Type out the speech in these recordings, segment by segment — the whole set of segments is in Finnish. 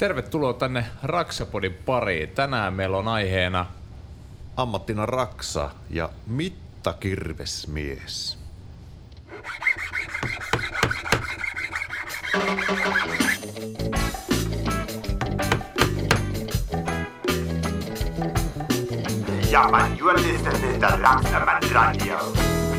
Tervetuloa tänne Raksapodin pariin. Tänään meillä on aiheena ammattina raksa ja mittakirvesmies. Ja man you're listening to Raksaman Radio.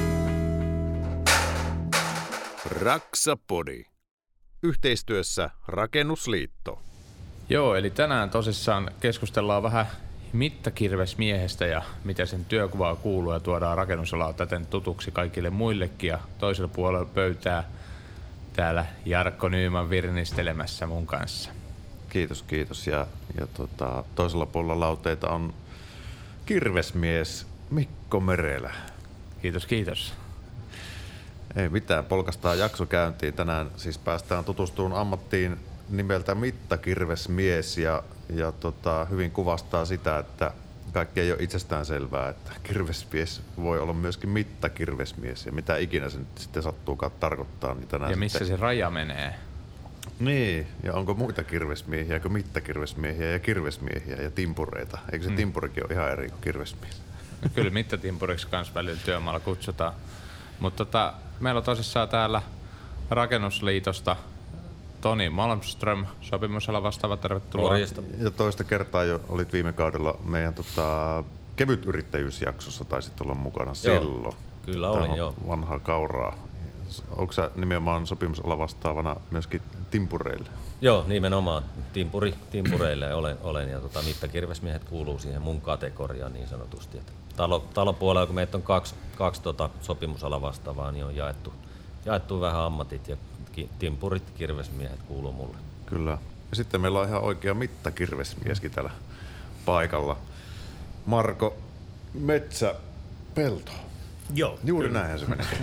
Raksapodi. Yhteistyössä Rakennusliitto. Joo, eli tänään tosissaan keskustellaan vähän mittakirvesmiehestä ja mitä sen työkuvaa kuuluu ja tuodaan rakennusalaa täten tutuksi kaikille muillekin. Ja toisella puolella pöytää täällä Jarkko Nyman virnistelemässä mun kanssa. Kiitos. Ja toisella puolella lauteita on kirvesmies Mikko Merelä. Kiitos. Ei mitään, polkastaan jakso käyntiin. Tänään siis päästään tutustumaan ammattiin nimeltä mittakirvesmies ja hyvin kuvastaa sitä, että kaikki ei ole itsestään selvää, että kirvesmies voi olla myöskin mittakirvesmies ja mitä ikinä se nyt sitten sattuukaan tarkoittaa. Niin tänään ja missä sitten... se raja menee. Niin, ja onko muita kirvesmiehiä kuin mittakirvesmiehiä ja kirvesmiehiä ja timpureita? Eikö se timpurikin ole ihan eri kuin kirvesmies? No, kyllä mittatimpuriksi kanssa välillä työmaalla kutsutaan. Mutta meillä on tosissaan täällä Rakennusliitosta Toni Malmström, sopimusala vastaava, tervetuloa. Morjesta. Ja toista kertaa jo olit viime kaudella meidän kevyt yrittäjyysjaksossa, taisit olla mukana silloin. Kyllä olin, joo. Vanhaa kauraa. Onko sä nimenomaan sopimusala vastaavana myöskin timpureille? Joo, nimenomaan timpureille olen ja mittakirvesmiehet kuuluu siihen mun kategoriaan niin sanotusti. Talopuolella, kun meitä on kaksi sopimusala vastaavaa, niin on jaettu vähän ammatit ja timpurit, kirvesmiehet kuuluu mulle. Kyllä. Ja sitten meillä on ihan oikea mittakirvesmieskin täällä paikalla. Marko Metsäpelto. Joo. Juuri näinhän se menee.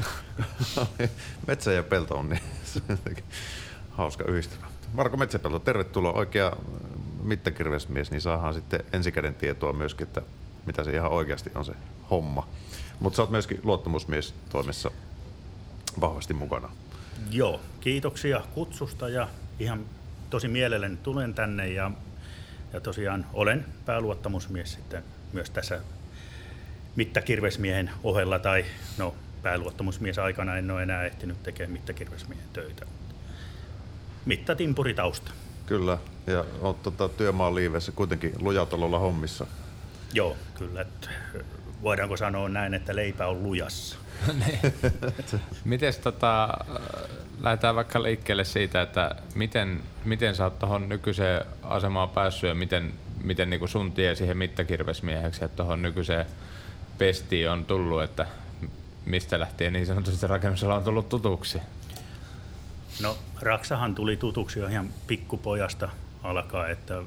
Metsä ja pelto on niin hauska yhdistelmä. Marko Metsäpelto, tervetuloa. Oikea mittakirvesmies, niin saadaan sitten ensikäden tietoa myöskin, että mitä se ihan oikeasti on se homma. Mutta sä oot myöskin luottamusmies toimessa vahvasti mukana. Joo, kiitoksia kutsusta ja ihan tosi mielelläni tulen tänne ja tosiaan olen pääluottamusmies sitten myös tässä mittakirvesmiehen ohella tai pääluottamusmies aikana en ole enää ehtinyt tekemään mittakirvesmiehen töitä. Mittatimpuri tausta. Kyllä, ja oot työmaan liivessä kuitenkin lujatololla hommissa. Joo, kyllä. Voidaanko sanoa näin, että leipä on lujassa? Mites lähdetään vaikka liikkeelle siitä, että miten sä oot tuohon nykyiseen asemaan päässyt ja miten niin kuin sun tie siihen mittakirvesmieheksi ja tuohon nykyiseen pestiin on tullut, että mistä lähtien niin sanotusti rakennusala on tullut tutuksi? No Raksahan tuli tutuksi jo ihan pikkupojasta alkaen, että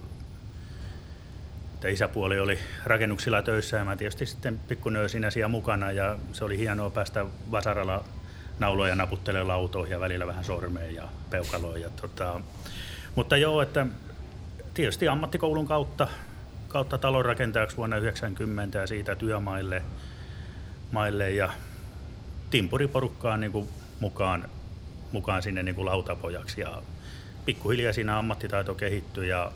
isäpuoli oli rakennuksilla töissä ja mä tietysti sitten pikkunöösinä siellä mukana ja se oli hienoa päästä vasaralla nauloja naputtelemaan lautoihin ja välillä vähän sormeen ja peukaloon. Mutta joo, että tietysti ammattikoulun kautta talonrakentajaksi vuonna 1990 ja siitä työmaille ja timpuriporukkaan niin kuin mukaan sinne niin kuin lautapojaksi ja pikkuhiljaa siinä ammattitaito kehittyi ja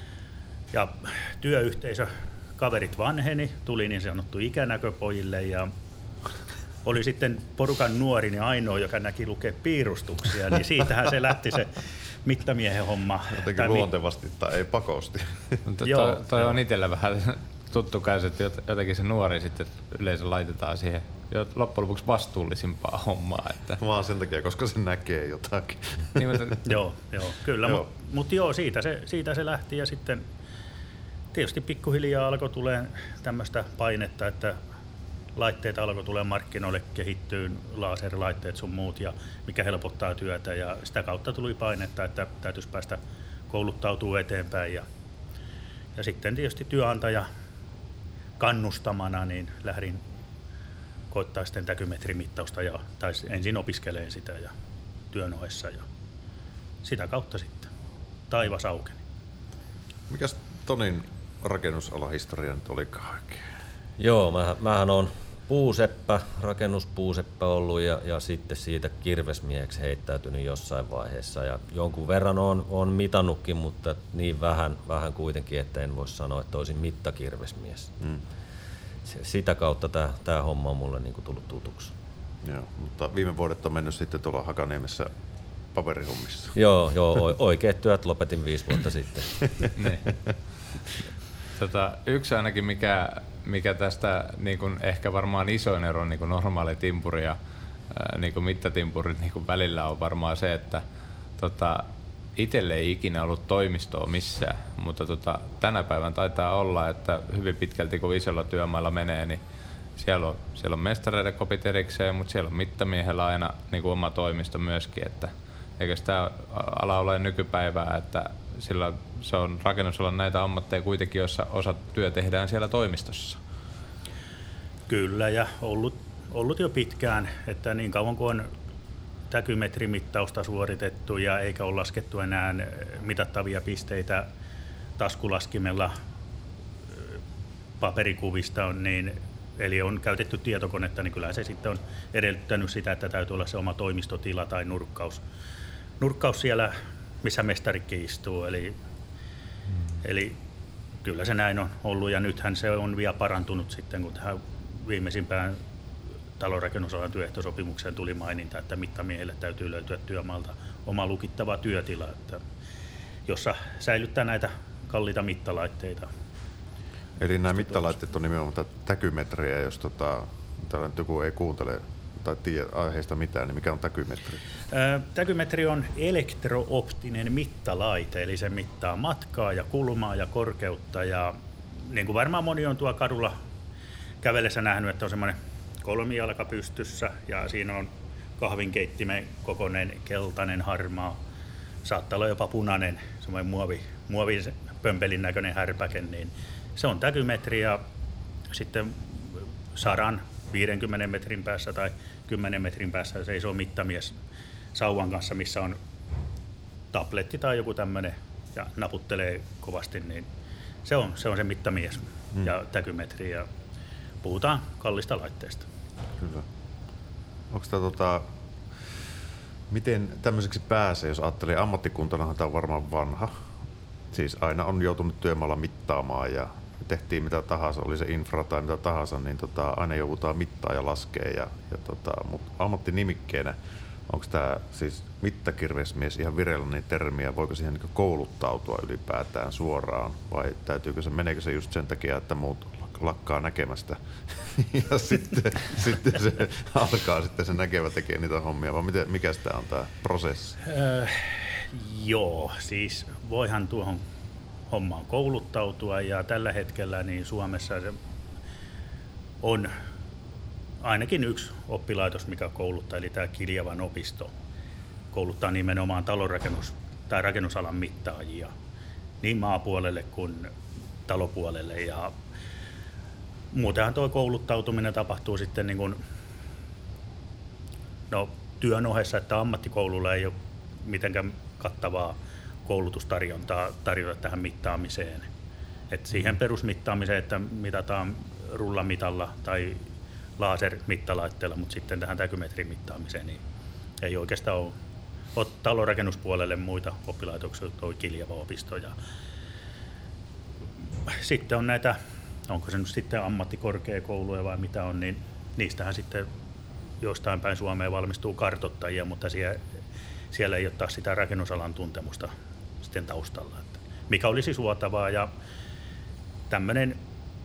työyhteisö, kaverit vanheni, tuli niin sanottu ikänäköpojille ja oli sitten porukan nuorin ja ainoa, joka näki lukea piirustuksia, niin siitähän se lähti se mittamiehen homma. Jotenkin luontevasti tai ei pakosti. Toi on itsellä vähän tuttu kanssa, että jotenkin se nuori sitten yleensä laitetaan siihen loppujen lopuksi vastuullisimpaa hommaa. Että... Vaan sen takia, koska se näkee jotakin. Joo, kyllä, mutta siitä se lähti ja sitten tietysti pikkuhiljaa alkoi tulee tämmöistä painetta, että laitteita alkoi tulee markkinoille kehittyyn, laserlaitteet sun muut, ja mikä helpottaa työtä. Ja sitä kautta tuli painetta, että täytyisi päästä kouluttautumaan eteenpäin. Ja sitten tietysti työnantaja kannustamana niin lähdin koittaa sitten täkymetrimittausta tai ensin opiskeleen sitä ja työn ohessa. Ja sitä kautta sitten taivas aukeni. Mikäs Tonin rakennusalahistoria nyt olikaan oikein? Joo, mähän on rakennuspuuseppä ollut ja sitten siitä kirvesmieheksi heittäytynyt jossain vaiheessa. Ja jonkun verran on mitannutkin, mutta niin vähän kuitenkin, että en voi sanoa, että olisin mittakirvesmies. Sitä kautta tämä homma on mulle niin kuin tullut tutuksi. Joo, mutta viime vuodet on mennyt sitten tuolla Hakaniemessä paperihommissa. Joo, oikeat työt lopetin 5 vuotta sitten. Yksi ainakin, mikä tästä niin kuin ehkä varmaan isoin ero niin kuin normaali timpuri ja niin kuin mittatimpurit niin kuin välillä on varmaan se, että itselle ei ikinä ollut toimistoa missään, mutta tänä päivän taitaa olla, että hyvin pitkälti kun isolla työmailla menee, niin siellä on mestareiden kopit erikseen, mutta siellä on mittamiehellä aina niin kuin oma toimisto myöskin, että eikö sitä ala ole nykypäivää, että sillä se on rakennusalan näitä ammatteja kuitenkin, joissa osa työ tehdään siellä toimistossa. Kyllä, ja ollut jo pitkään, että niin kauan kuin on täkymetrimittausta suoritettu ja eikä ole laskettu enää mitattavia pisteitä taskulaskimella paperikuvista, niin, eli on käytetty tietokonetta, niin kyllähän se sitten on edellyttänyt sitä, että täytyy olla se oma toimistotila tai nurkkaus siellä, missä mestarikin istuu. Eli kyllä se näin on ollut, ja nythän se on vielä parantunut sitten, kun tähän viimeisimpään talonrakennusalan työehtosopimukseen tuli maininta, että mittamiehelle täytyy löytyä työmaalta oma lukittava työtila, jossa säilyttää näitä kalliita mittalaitteita. Eli nämä mittalaitteet on nimenomaan täkymetriä, jos joku ei kuuntele tai tiedä aiheesta mitään, niin mikä on täkymetri? Täkymetri on elektrooptinen mittalaite, eli se mittaa matkaa ja kulmaa ja korkeutta. Ja niin kuin varmaan moni on tuolla kadulla kävellessä nähnyt, että on semmoinen kolmijalka pystyssä ja siinä on kahvinkeittimen kokoinen keltainen, harmaa, saattaa olla jopa punainen, semmoinen muovipömpelin näköinen härpäke, niin se on täkymetri, ja sitten 150 metrin päässä tai 10 metrin päässä seisoo mittamies sauvan kanssa, missä on tabletti tai joku tämmöinen ja naputtelee kovasti, niin se on se mittamies ja täkymetri, ja puhutaan kallista laitteesta. Kyllä. Onko tämä miten tämmöiseksi pääsee, jos ajattelee ammattikuntanahan tämä on varmaan vanha. Siis aina on joutunut työmaalla mittaamaan ja tehtiin mitä tahansa, oli se infra tai mitä tahansa, niin aina joudutaan mittaa ja laskea. Mutta ammattinimikkeenä, onko tämä siis mittakirvesmies ihan virallinen termi ja voiko siihen kouluttautua ylipäätään suoraan vai meneekö se just sen takia, että muut lakkaa näkemästä ja sitten se alkaa sitten se näkevä tekee niitä hommia, vai mikä tämä on tämä prosessi? Joo, siis voihan tuohon hommaan kouluttautua, ja tällä hetkellä niin Suomessa se on ainakin yksi oppilaitos, mikä kouluttaa, eli tämä Kiljavan opisto kouluttaa nimenomaan talonrakennus- tai rakennusalan mittaajia niin maapuolelle kuin talopuolelle, ja muutenhan tuo kouluttautuminen tapahtuu sitten niin kuin, työn ohessa, että ammattikoululla ei ole mitenkään kattavaa koulutustarjontaa tarjota tähän mittaamiseen. Et siihen perusmittaamiseen, että mitataan rullamitalla tai lasermittalaitteella, mutta sitten tähän täkymetrin mittaamiseen niin ei oikeastaan ole talonrakennuspuolelle muita oppilaitoksia, tuo Kiljava opisto. Ja sitten on näitä, onko se nyt sitten ammattikorkeakouluja vai mitä on, niin niistähän sitten jostain päin Suomeen valmistuu kartoittajia, mutta siellä ei ole taas sitä rakennusalan tuntemusta sitten taustalla, mikä olisi suotavaa, ja tämmöinen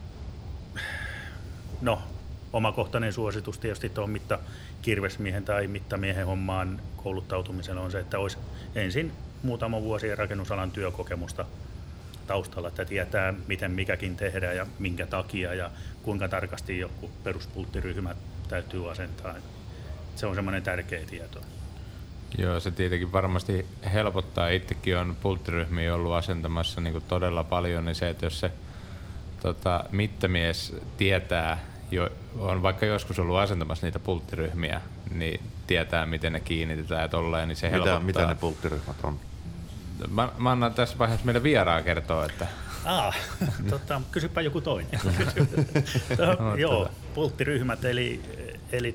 omakohtainen suositus tietysti tuon mittakirvesmiehen tai mittamiehen hommaan kouluttautumisella on se, että olisi ensin muutama vuosi rakennusalan työkokemusta taustalla, että tietää miten mikäkin tehdään ja minkä takia ja kuinka tarkasti joku peruspulttiryhmä täytyy asentaa. Se on semmoinen tärkeä tieto. Joo, se tietenkin varmasti helpottaa. Itsekin on pulttiryhmiä ollut asentamassa niin kuin todella paljon, niin se, että jos se mittamies tietää, on vaikka joskus ollut asentamassa niitä pulttiryhmiä, niin tietää, miten ne kiinnitetään ja tolleen, niin se helpottaa. Mitä ne pulttiryhmät on? Mä annan tässä vaiheessa meidän vieraan kertoa, että... Kysypä joku toinen. Joo, Pulttiryhmät eli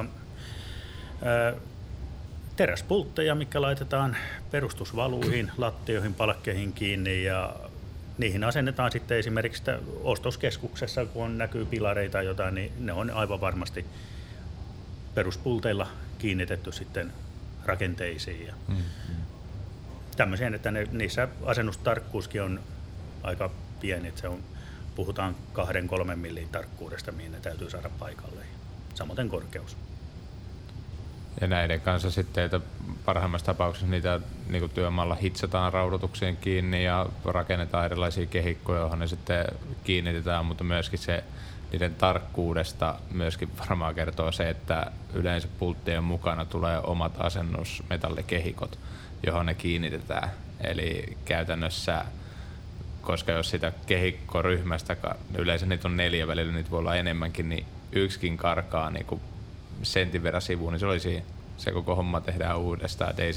teräspultteja, mitkä laitetaan perustusvaluihin, lattioihin, palkkeihin kiinni ja niihin asennetaan sitten esimerkiksi ostoskeskuksessa, kun näkyy pilareita tai jotain, niin ne on aivan varmasti peruspulteilla kiinnitetty sitten rakenteisiin. Ja tämmöiseen, että niissä asennustarkkuuskin on aika pieni, että puhutaan 2-3 millin tarkkuudesta, mihin ne täytyy saada paikalle. Samoin korkeus. Ja näiden kanssa sitten, että parhaimmassa tapauksessa niitä niin työmaalla hitsataan raudoitukseen kiinni ja rakennetaan erilaisia kehikkoja, joihin ne sitten kiinnitetään, mutta myöskin se niiden tarkkuudesta myöskin varmaan kertoo se, että yleensä pulttien mukana tulee omat asennusmetallikehikot, johon ne kiinnitetään. Eli käytännössä, koska jos sitä kehikkoryhmästä, yleensä niitä on 4 välillä, niitä voi olla enemmänkin, niin yksikin karkaa niin kuin sentin verran sivuun, niin se olisi se koko homma tehdään uudestaan. Et ei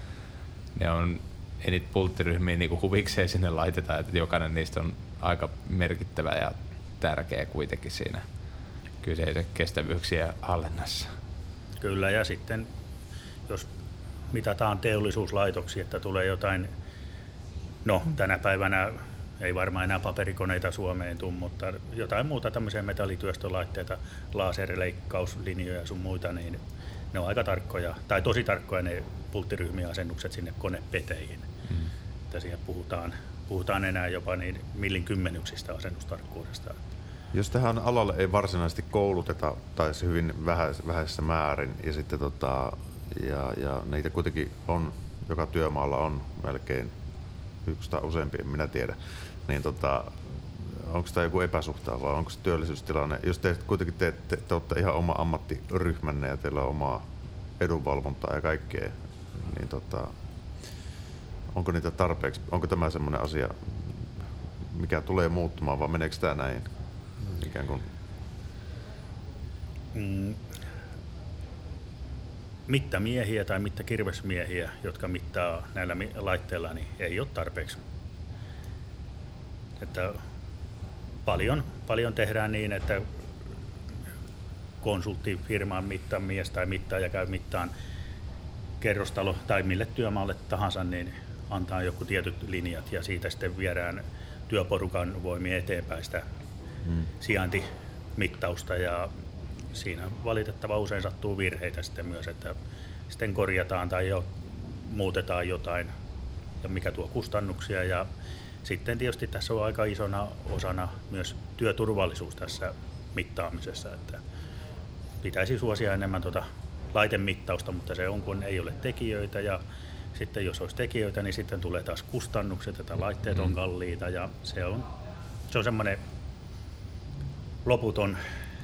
niitä pulttiryhmiä niinku huvikseen sinne laitetaan, että jokainen niistä on aika merkittävä ja tärkeä kuitenkin siinä kyseisen kestävyyksien hallinnassa. Kyllä, ja sitten jos mitataan teollisuuslaitoksia, että tulee jotain, no tänä päivänä ei varmaan enää paperikoneita Suomeen tule, mutta jotain muuta tämmöisiä metallityöstölaitteita, laserleikkauslinjoja ja sun muita, niin ne on aika tarkkoja, tai tosi tarkkoja ne pulttiryhmien asennukset sinne konepeteihin. Että siihen puhutaan enää jopa niin millin kymmenyksistä asennustarkkuudesta. Jos tähän alalle ei varsinaisesti kouluteta, tai se hyvin vähäisessä määrin, ja sitten ja niitä kuitenkin on, joka työmaalla on melkein yksi tai useampi, en minä tiedä, niin onko tämä joku epäsuhtaa vai onko se työllisyystilanne? Jos te kuitenkin te olette ihan oma ammattiryhmänne ja teillä on omaa edunvalvontaa ja kaikkea, niin onko niitä tarpeeksi? Onko tämä semmoinen asia, mikä tulee muuttumaan vai meneekö tämä näin? Ikään kuin? Mittamiehiä tai mittakirvesmiehiä, jotka mittaa näillä laitteilla, niin ei ole tarpeeksi. Että paljon tehdään niin, että konsulttifirman mittamies tai mittaaja käy mittaan kerrostalo tai mille työmaalle tahansa, niin antaa joku tietyt linjat ja siitä sitten viedään työporukan voimia eteenpäin sitä sijaintimittausta ja siinä valitettavan usein sattuu virheitä sitten myös, että sitten korjataan tai muutetaan jotain, ja mikä tuo kustannuksia. Ja sitten tietysti tässä on aika isona osana myös työturvallisuus tässä mittaamisessa, että pitäisi suosia enemmän laitemittausta, mutta se on, kun ei ole tekijöitä, ja sitten jos olisi tekijöitä, niin sitten tulee taas kustannukset, että laitteet on kalliita, ja se on semmoinen loputon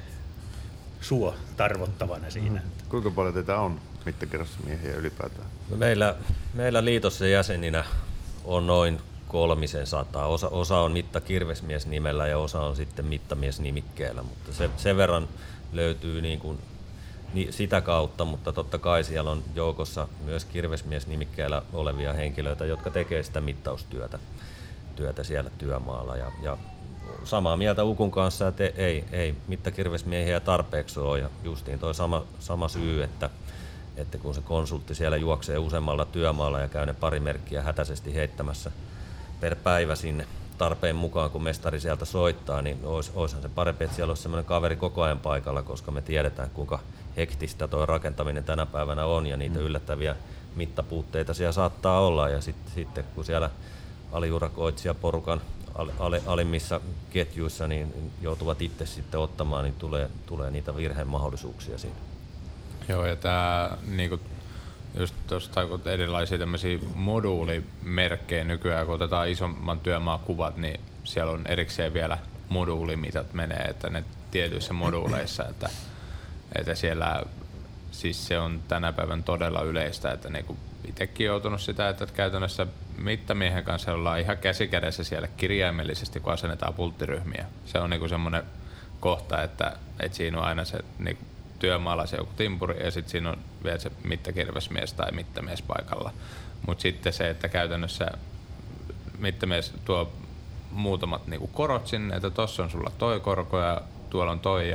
suo tarvottavana siinä. Kuinka paljon teitä on mittakirvesmiehiä ylipäätään? No meillä liitossa jäseninä on noin 300. Osa on mittakirvesmies nimellä ja osa on sitten mittamies nimikkeellä, mutta sen verran löytyy sitä kautta, mutta totta kai siellä on joukossa myös kirvesmies nimikkeellä olevia henkilöitä, jotka tekee sitä mittaustyötä siellä työmaalla. Ja samaa mieltä Ukun kanssa, että ei mittakirvesmiehiä tarpeeksi ole, ja justiin toi sama syy, että kun se konsultti siellä juoksee useammalla työmaalla ja käy ne pari merkkiä hätäisesti heittämässä per päivä sinne tarpeen mukaan, kun mestari sieltä soittaa, niin olisihan se parempi, että siellä olisi sellainen kaveri koko ajan paikalla, koska me tiedetään, kuinka hektistä tuo rakentaminen tänä päivänä on, ja niitä yllättäviä mittapuutteita siellä saattaa olla, ja sitten kun siellä aliurakoitsija porukan alimmissa ketjuissa niin joutuvat itse sitten ottamaan, niin tulee niitä virheen mahdollisuuksia siinä. Joo, ja tämä niinku just tuosta kun erilaisia tämmöisiä moduulimerkkejä nykyään, kun otetaan isomman työmaan kuvat, niin siellä on erikseen vielä moduulimitat menee, että ne tietyissä moduuleissa, että siellä siis se on tänä päivän todella yleistä, että niinku itsekin joutunut sitä, että käytännössä mittamiehen kanssa ollaan ihan käsikädessä siellä kirjaimellisesti, kun asennetaan pulttiryhmiä. Se on niinku semmoinen kohta, että siinä on aina se niinku työmaalla se joku timpuri ja sitten siinä on vielä se mittakirvesmies tai mittamies paikalla. Mutta sitten se, että käytännössä mittamies tuo muutamat niinku korot sinne, että tossa on sulla toi korko ja tuolla on toi ja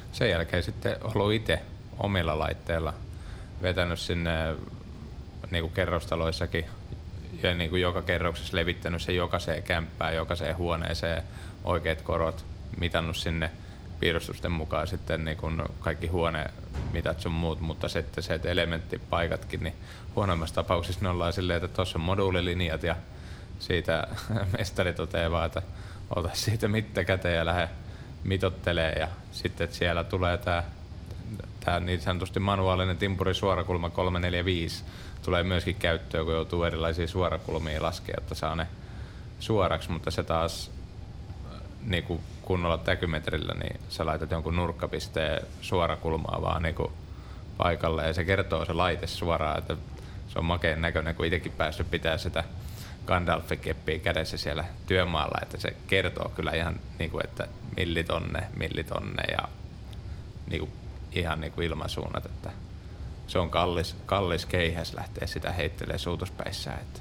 sen jälkeen sitten ollut itse omilla laitteilla vetänyt sinne niin kuin kerrostaloissakin ja niin kuin joka kerroksessa levittänyt sen jokaiseen kämppään, jokaiseen huoneeseen oikeat korot, mitannut sinne piirustusten mukaan sitten niin kuin kaikki huonemitat sun muut, mutta sitten se, että elementtipaikatkin, niin huonoimmassa tapauksessa ne ollaan silleen, että tuossa on moduulilinjat ja siitä mestari toteaa vaan, että ota siitä mitta käteen ja lähde mitottelee ja sitten että siellä tulee tää niin sanotusti manuaalinen timpurisuorakulma 345 tulee myöskin käyttöön, kun joutuu erilaisia suorakulmia laskea, että saa ne suoraksi, mutta se taas niin kuin kunnolla täkymetrillä, niin sä laitat jonkun nurkkapisteen suorakulmaa vaan niin kuin paikalle ja se kertoo se laite suoraan, että se on makeen näköinen, kun itsekin päässyt pitää sitä Gandalf-keppiä kädessä siellä työmaalla, että se kertoo kyllä ihan niin kuin, että millitonne ja niin kuin, ihan niin kuin ilmansuunnat, että se on kallis keihäs lähteä sitä heittelemään suutuspäissään. Että.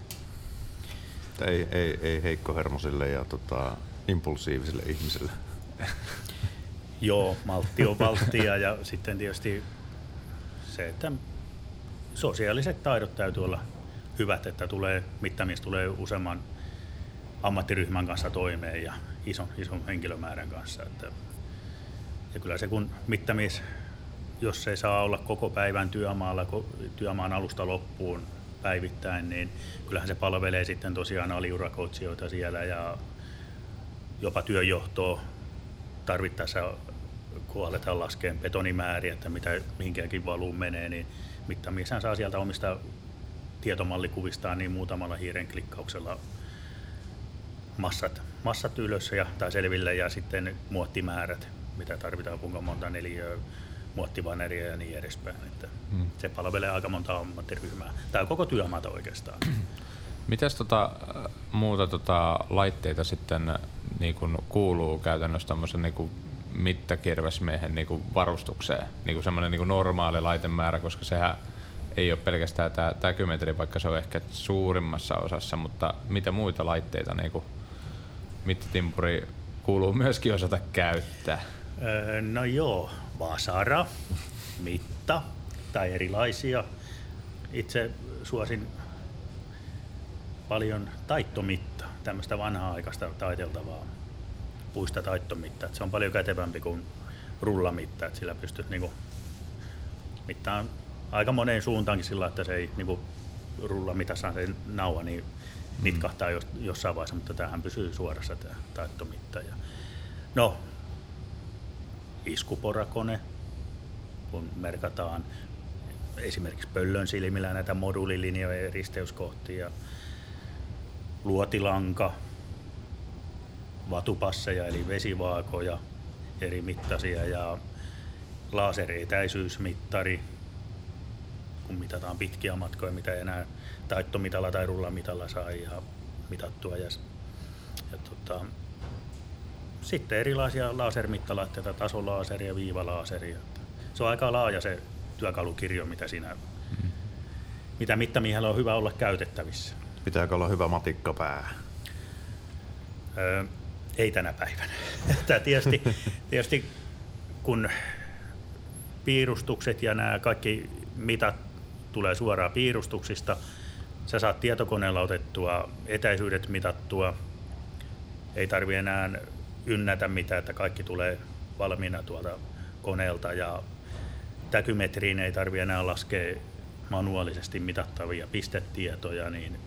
Ei heikkohermosille ja impulsiivisille ihmisille. Joo, maltti on valttia ja sitten tietysti se, että sosiaaliset taidot täytyy olla hyvät, että mittamies tulee useamman ammattiryhmän kanssa toimeen ja ison henkilömäärän kanssa. Ja kyllä se kun mittamies, jos ei saa olla koko päivän työmaan alusta loppuun päivittäin, niin kyllähän se palvelee sitten tosiaan aliurakoitsijoita siellä ja jopa työnjohtoa tarvittaessa, kun aletaan laskea betonimääriä, että mihinkäkin valuun menee, niin mittamieshän saa sieltä omista tietomallikuvista niin muutamalla hiiren klikkauksella massat ylös tai selville ja sitten muottimäärät, mitä tarvitaan, kuinka monta neliöä, muottivaneria ja niin edespäin. Että se palvelee aika monta ammattiryhmää. Tämä on koko työmaata oikeastaan. Mitäs muuta laitteita sitten niin kun kuuluu käytännössä tämmöisen niin mittakirvesmiehen niin varustukseen? Niin semmoinen niin normaali laitemäärä, koska sehän ei ole pelkästään tämä täkymetri, vaikka se on ehkä suurimmassa osassa, mutta mitä muita laitteita niin mittatimpuri kuuluu myöskin osata käyttää? No joo, vasara, mitta tai erilaisia. Itse suosin paljon taittomittaa, tämmöistä vanhaa-aikaista taiteltavaa puista taittomittaa. Se on paljon kätevämpi kuin rullamitta, että sillä pystyt niinku mittaan aika moneen suuntaankin sillä, että se ei niinku rullamitassa se nauha niin nitkahtaa jossain vaiheessa, mutta tämähän pysyy suorassa tämä taittomitta. No, iskuporakone, kun merkataan esimerkiksi pöllön silmillä näitä moduulilinjoja ja risteyskohtia, luotilanka, vatupasseja eli vesivaakoja eri mittaisia ja laseretäisyysmittari, kun mitataan pitkiä matkoja, mitä ei enää taittomitalla tai rullamitalla saa ihan mitattua. Sitten erilaisia lasermittalaitteita, tasolaseria, viivalaseria. Se on aika laaja se työkalukirjo, mitä mittamiehellä on hyvä olla käytettävissä. Pitääkö olla hyvä matikkapää? Ei tänä päivänä. Tietysti kun piirustukset ja nämä kaikki mitat tulee suoraan piirustuksista, sä saat tietokoneella otettua etäisyydet mitattua, ei tarvitse enää ynnätä mitään, että kaikki tulee valmiina tuolta koneelta ja täkymetriin ei tarvitse enää laskea manuaalisesti mitattavia pistetietoja, niin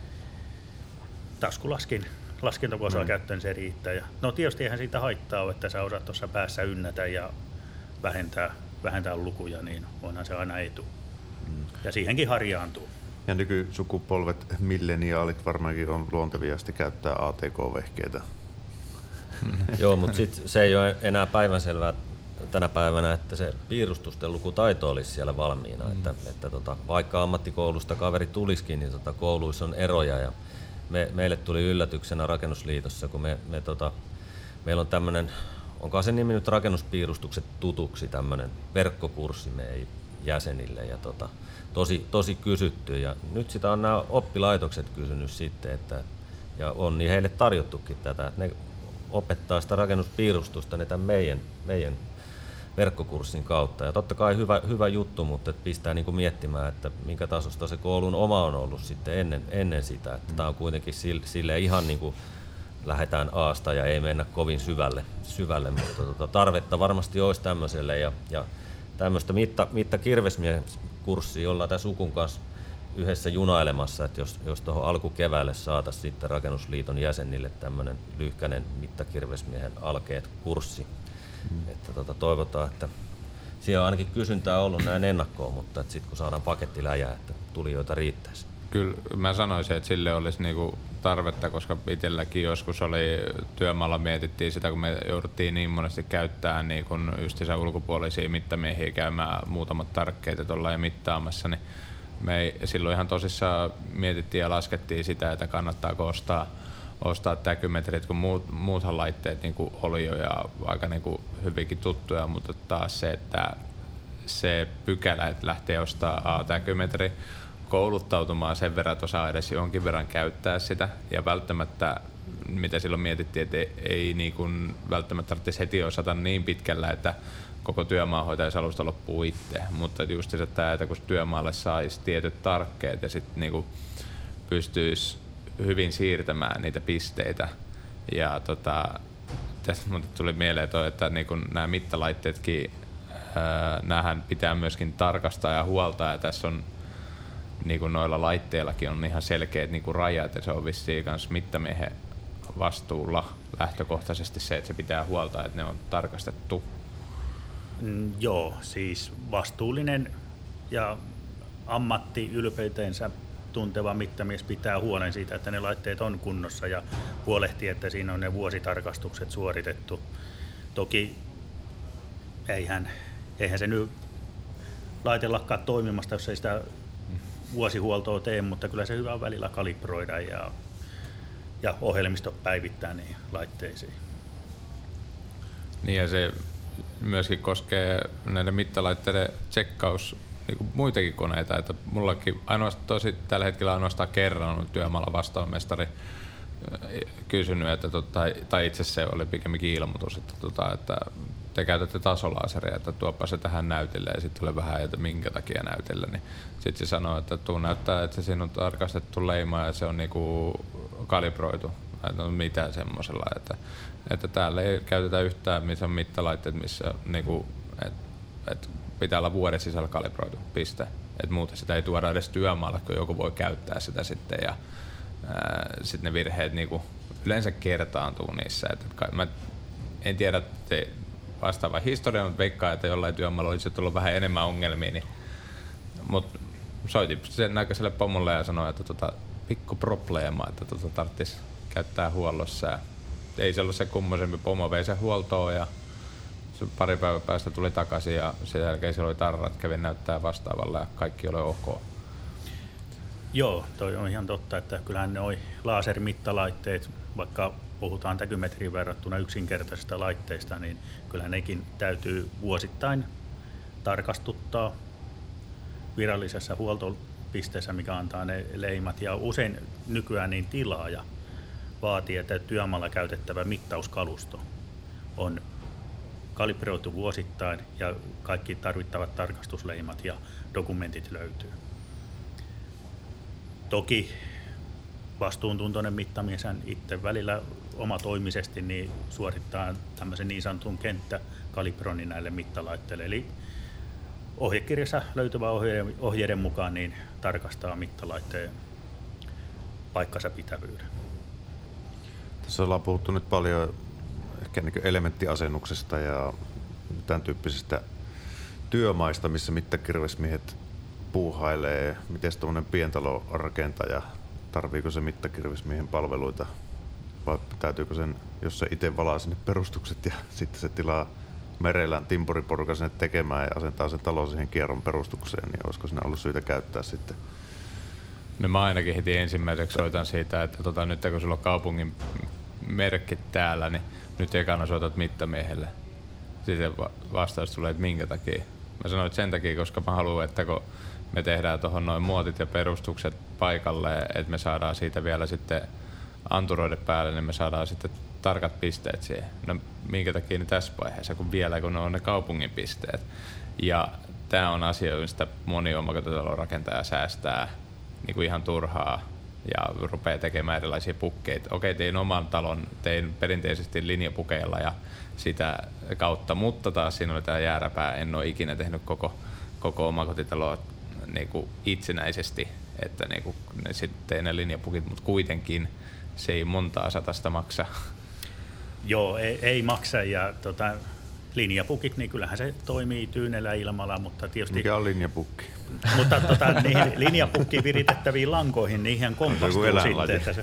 taskulaskinta kun osaa käyttöön, se riittää. No tietysti eihän siitä haittaa ole, että sä osaat tuossa päässä ynnätä ja vähentää lukuja, niin onhan se aina etu. Ja siihenkin harjaantuu. Ja nykysukupolvet, milleniaalit varmaankin on luonteviasti käyttää ATK-vehkeitä. Joo, mutta se ei ole enää päivänselvää tänä päivänä, että se piirustusten lukutaito olisi siellä valmiina. Että vaikka ammattikoulusta kaveri tulisikin, niin kouluissa on eroja. Ja meille tuli yllätyksenä Rakennusliitossa, kun meillä on tämmöinen, onko se nimi nyt Rakennuspiirustukset tutuksi, tämmöinen verkkokurssi meidän jäsenille ja tosi kysytty. Ja nyt sitä on nämä oppilaitokset kysynyt sitten, ja on niin heille tarjottukin tätä, että ne opettaa sitä rakennuspiirustusta ne tämän meidän verkkokurssin kautta. Ja totta kai hyvä juttu, mutta pistää niin kuin miettimään, että minkä tasosta se koulun oma on ollut sitten ennen sitä. Että tämä on kuitenkin silleen ihan niin kuin lähdetään Aasta ja ei mennä kovin syvälle, mutta tarvetta varmasti olisi tämmöiselle. Ja tämmöistä mittakirvesmiehen kurssia ollaan tässä Ukun kanssa yhdessä junailemassa, että jos tuohon alkukeväälle saataisiin sitten Rakennusliiton jäsenille tämmöinen lyhkäinen mittakirvesmiehen alkeet kurssi. Että toivotaan, että siellä on ainakin kysyntää ollut näin ennakkoon, mutta sitten kun saadaan paketti läjää, että tulijoita riittäisi. Kyllä mä sanoisin, että sille olisi niinku tarvetta, koska itselläkin joskus oli työmaalla mietittiin sitä, kun me jouduttiin niin monesti käyttämään niin kun justiinsa ulkopuolisia mittamiehiä käymään muutamat tarkkeet tuolla ja mittaamassa, niin me ei silloin ihan tosissaan mietittiin ja laskettiin sitä, että kannattaako ostaa täkymetrit, kun muuthan laitteet niin kuin oli jo ja aika niin kuin hyvinkin tuttuja, mutta taas se, että se pykälä, että lähtee ostaa täkymetri, kouluttautumaan sen verran, että osaa edes jonkin verran käyttää sitä ja välttämättä, mitä silloin mietittiin, että ei niin kuin välttämättä tarvitsisi heti osata niin pitkällä, että koko työmaa hoitaisi alusta loppuun itse, mutta just se, että kun työmaalle saisi tietyt tarkkeet ja sitten niin pystyisi hyvin siirtämään niitä pisteitä. Ja tästä tuli mieleen toi, että niin nämä mittalaitteetkin, näähän pitää myöskin tarkastaa ja huoltaa, ja tässä on niin noilla laitteillakin on ihan selkeät niin rajat, ja se on vissiin myös mittamiehen vastuulla lähtökohtaisesti se, että se pitää huoltaa, että ne on tarkastettu. Joo, siis vastuullinen ja ammattiylpeytensä tunteva mittamies pitää huolen siitä, että ne laitteet on kunnossa ja huolehtii, että siinä on ne vuositarkastukset suoritettu. Toki eihän se nyt laite lakkaa toimimasta, jos ei sitä vuosihuoltoa tee, mutta kyllä se hyvä on välillä kalibroida ja ohjelmisto päivittää niihin laitteisiin. Niin ja se myöskin koskee näiden mittalaitteiden tsekkaus niin kuin muitakin koneita, että mullakin tällä hetkellä ainoastaan kerran on työmaalla vastaamestari kysynyt, että tai itse se oli pikemminkin ilmoitus, että te käytätte tasolaaseria, että tuoppa se tähän näytille ja sitten tulee vähän, että minkä takia näytille, niin sitten se sanoo, että tuu näyttää, että siinä on tarkastettu leima ja se on niinku kalibroitu, että on mitään semmosella, että täällä ei käytetä yhtään, missä on mittalaitteet, missä niinku, että pitää olla vuoden sisällä kalibroitu, piste. Et muuten sitä ei tuoda edes työmaalle, kun joku voi käyttää sitä sitten ja sitten ne virheet niinku yleensä kertaantuu niissä. Mä en tiedä vastaava historia, mutta veikkaan, että jollain työmaalla olisi tullut vähän enemmän ongelmia. Niin, mutta soitin sen näköiselle pomolle ja sanoin, että pikku probleema, että tarvitsisi käyttää huollossa. Ja ei se ollut se kummoisempi, pomo vei sen huoltoon ja pari päivän päästä tuli takaisin ja sen jälkeen siellä oli tarrat, kävin näyttää vastaavalla ja kaikki oli ok. Joo, toi on ihan totta, että kyllähän ne lasermittalaitteet, vaikka puhutaan täkymetriin verrattuna yksinkertaisista laitteista, niin kyllä nekin täytyy vuosittain tarkastuttaa virallisessa huoltopisteessä, mikä antaa ne leimat. Ja usein nykyään niin tilaaja vaatii, että työmaalla käytettävä mittauskalusto on kalibroitu vuosittain ja kaikki tarvittavat tarkastusleimat ja dokumentit löytyy. Toki vastuuntuntoinen mittamies itse välillä omatoimisesti niin suorittaa tämmöisen niin sanotun kenttäkalibroinnin näille mittalaitteille. Eli ohjekirjassa löytyvä ohjeiden mukaan niin tarkastaa mittalaitteen paikkansa pitävyyden. Tässä ollaan puhuttu nyt paljon ehkä niin elementtiasennuksesta ja tämän tyyppisistä työmaista, missä mittakirvesmiehet puuhailee. Miten tuommoinen pientalorakentaja, tarviiko se mittakirvesmiehen palveluita vai täytyykö sen, jos se itse valaa sinne perustukset ja sitten se tilaa merellään timpuriporukan sinne tekemään ja asentaa sen talon siihen kierron perustukseen, niin olisiko siinä ollut syytä käyttää sitten? No mä ainakin heti ensimmäiseksi soitan siitä, että nyt kun sulla on kaupungin merkit täällä, niin nyt ekana soitat mittamiehelle. Sitten vastaus tulee, että minkä takia. Mä sanoin, että sen takia, koska mä haluan, että kun me tehdään tuohon noin muotit ja perustukset paikalle, että me saadaan siitä vielä sitten anturoiden päälle, niin me saadaan sitten tarkat pisteet siihen. No minkä takia ne tässä vaiheessa, kun vielä kun ne on ne kaupungin pisteet. Ja tämä on asia, mistä moni omakotitalon rakentaja säästää niin kuin ihan turhaa ja rupeaa tekemään erilaisia pukkeita. Okei, tein oman talon, tein perinteisesti linjapukeilla ja sitä kautta, mutta taas siinä oli tämä jääräpää. En ole ikinä tehnyt koko omakotitaloa niin kuin itsenäisesti, että niin kuin ne sitten tein ne linjapukit, mutta kuitenkin se ei montaa satasta maksa. Joo, ei maksa ja linjapukit, niin kyllähän se toimii tyynellä ilmalla, mutta tietysti... Mikä on linjapukki? Mutta niihin linjapukkiin viritettäviin lankoihin, niihin kompastuu sitten. Että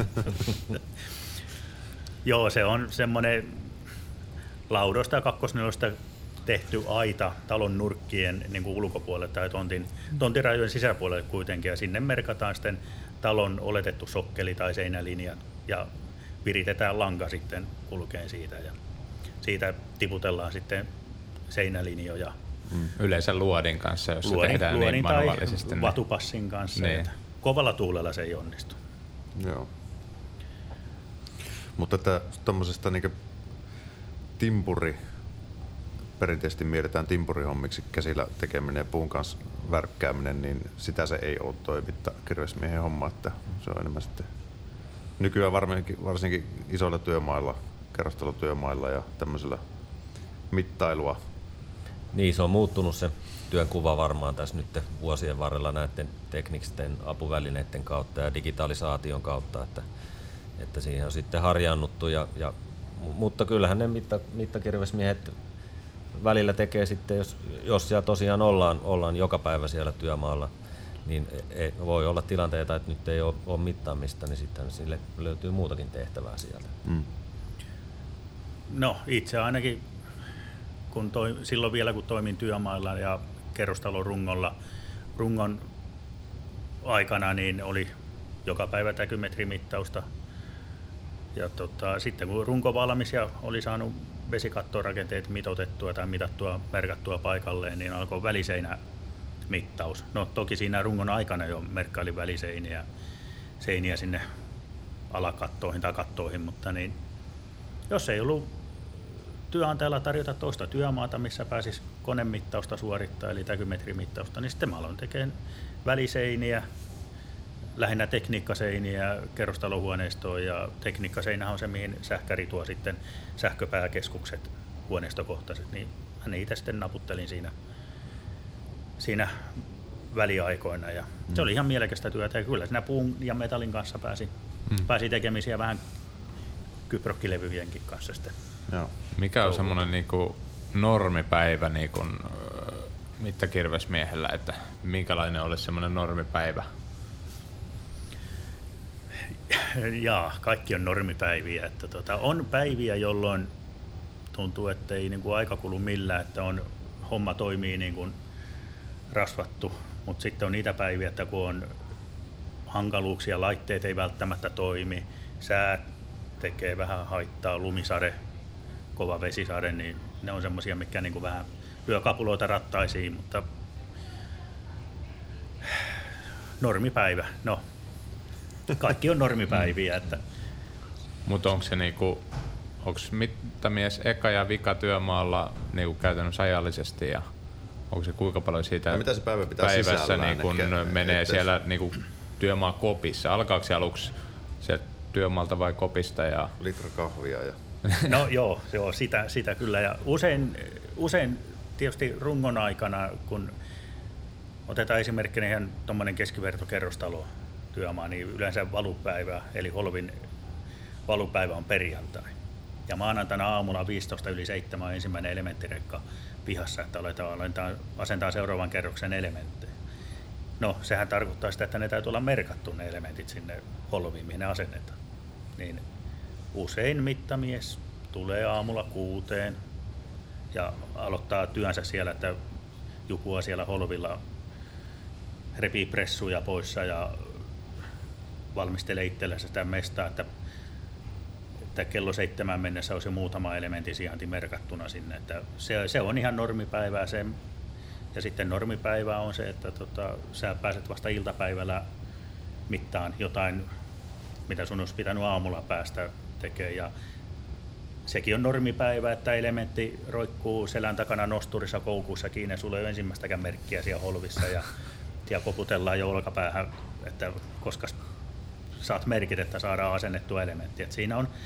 joo, se on semmoinen laudoista ja kakkosnelosta tehty aita talon nurkkien niin kuin ulkopuolelle tai tontirajojen sisäpuolelle kuitenkin, ja sinne merkataan sitten talon oletettu sokkeli tai seinälinja ja viritetään lanka sitten kulkeen siitä ja siitä tiputellaan sitten seinälinjoja. Yleensä luodin kanssa, jos se tehdään niin manuaalisesti. Tai vatupassin kanssa. Niin. Kovalla tuulella se ei onnistu. Joo. Mutta tuommoisesta niinku timpuri, perinteisesti mietitään timpurihommiksi käsillä tekeminen ja puun kanssa värkkääminen, niin sitä se ei ole toi mittakirvesmiehen homma, että se on enemmän sitten nykyään varsinkin isoilla työmailla, kerrostalotyömailla ja tämmöisellä mittailua. Niin, se on muuttunut se työnkuva varmaan tässä nyt vuosien varrella näiden teknisten apuvälineiden kautta ja digitalisaation kautta, että siihen on sitten harjaannuttu. Mutta kyllähän ne mittakirvesmiehet välillä tekee sitten, jos siellä tosiaan ollaan joka päivä siellä työmaalla, niin voi olla tilanteita, että nyt ei ole mittaamista, niin sitten sille löytyy muutakin tehtävää sieltä. No itse ainakin, silloin vielä kun toimin työmailla ja kerrostalon rungon aikana, niin oli joka päivä täkymetrimittausta. Ja sitten kun runko valmis ja oli saanut vesikattorakenteet mitoitettua tai mitattua, merkattua paikalleen, niin alkoi väliseinämittaus. No toki siinä rungon aikana jo merkkailin väliseiniä sinne alakattoihin tai kattoihin, mutta niin, jos ei ollut työnantajalla tarjota toista työmaata, missä pääsisi konemittausta suorittaa, eli täkymetrimittausta, niin sitten mä aloin tekemään väliseiniä, lähinnä tekniikkaseiniä kerrostalohuoneistoon, ja tekniikkaseinä on se, mihin sähkäri tuo sitten sähköpääkeskukset huoneistokohtaiset, niin mä niitä sitten naputtelin siinä väliaikoina, ja se oli ihan mielekästä työtä, ja kyllä siinä puun ja metallin kanssa pääsi tekemisiä vähän kyprokkilevyjenkin kanssa sitten. Joo. Mikä on semmoinen niinku normipäivä niinku mittakirvesmiehellä, että minkälainen olisi semmoinen normipäivä? Jaa, kaikki on normipäiviä. Että on päiviä, jolloin tuntuu, että ei niinku aika kulu millään, että homma toimii niin kuin rasvattu, mutta sitten on niitä päiviä, että kun on hankaluuksia, laitteet ei välttämättä toimi, sää tekee vähän haittaa, lumisade, kova vesisade, niin ne on semmoisia, mitkä niinku vähän lyö kapuloita rattaisiin, mutta normipäivä, no kaikki on normipäiviä. Mutta onko se niinku, onko mittamies eka ja vika työmaalla niinku käytännössä ajallisesti ja onko se kuinka paljon siitä mitä se päivä pitää päivässä niinku menee siellä niinku työmaakopissa? Alkaako se aluksi sieltä työmaalta vai kopista? Ja litra kahvia ja no joo, sitä kyllä. Ja usein tietysti rungon aikana, kun otetaan esimerkkinä ihan tuommoinen keskivertokerrostalo työmaa, niin yleensä valupäivä, eli Holvin valupäivä on perjantai. Ja maanantaina aamulla 6:55 on ensimmäinen elementtirekka pihassa, että aletaan asentaa seuraavan kerroksen elementtejä. No, sehän tarkoittaa sitä, että ne täytyy olla merkattu ne elementit sinne Holviin, mihin ne asennetaan. Niin usein mittamies tulee aamulla 6 ja aloittaa työnsä siellä, että Jukua siellä Holvilla repii pressuja poissa ja valmistelee itsellensä sitä mestaa, että kello 7 mennessä olisi jo muutama elementin sijainti merkattuna sinne. Että se on ihan normipäivää. Ja sitten normipäivää on se, että sä pääset vasta iltapäivällä mittaan jotain, mitä sun olisi pitänyt aamulla päästä tekemään. Ja sekin on normipäivä, että elementti roikkuu selän takana nosturissa koukussa kiinni, sulla ei ole ensimmäistäkään merkkiä siellä holvissa ja koputellaan jo olkapäähän, että koska saat merkit, että saadaan asennettua elementti. Et siinä on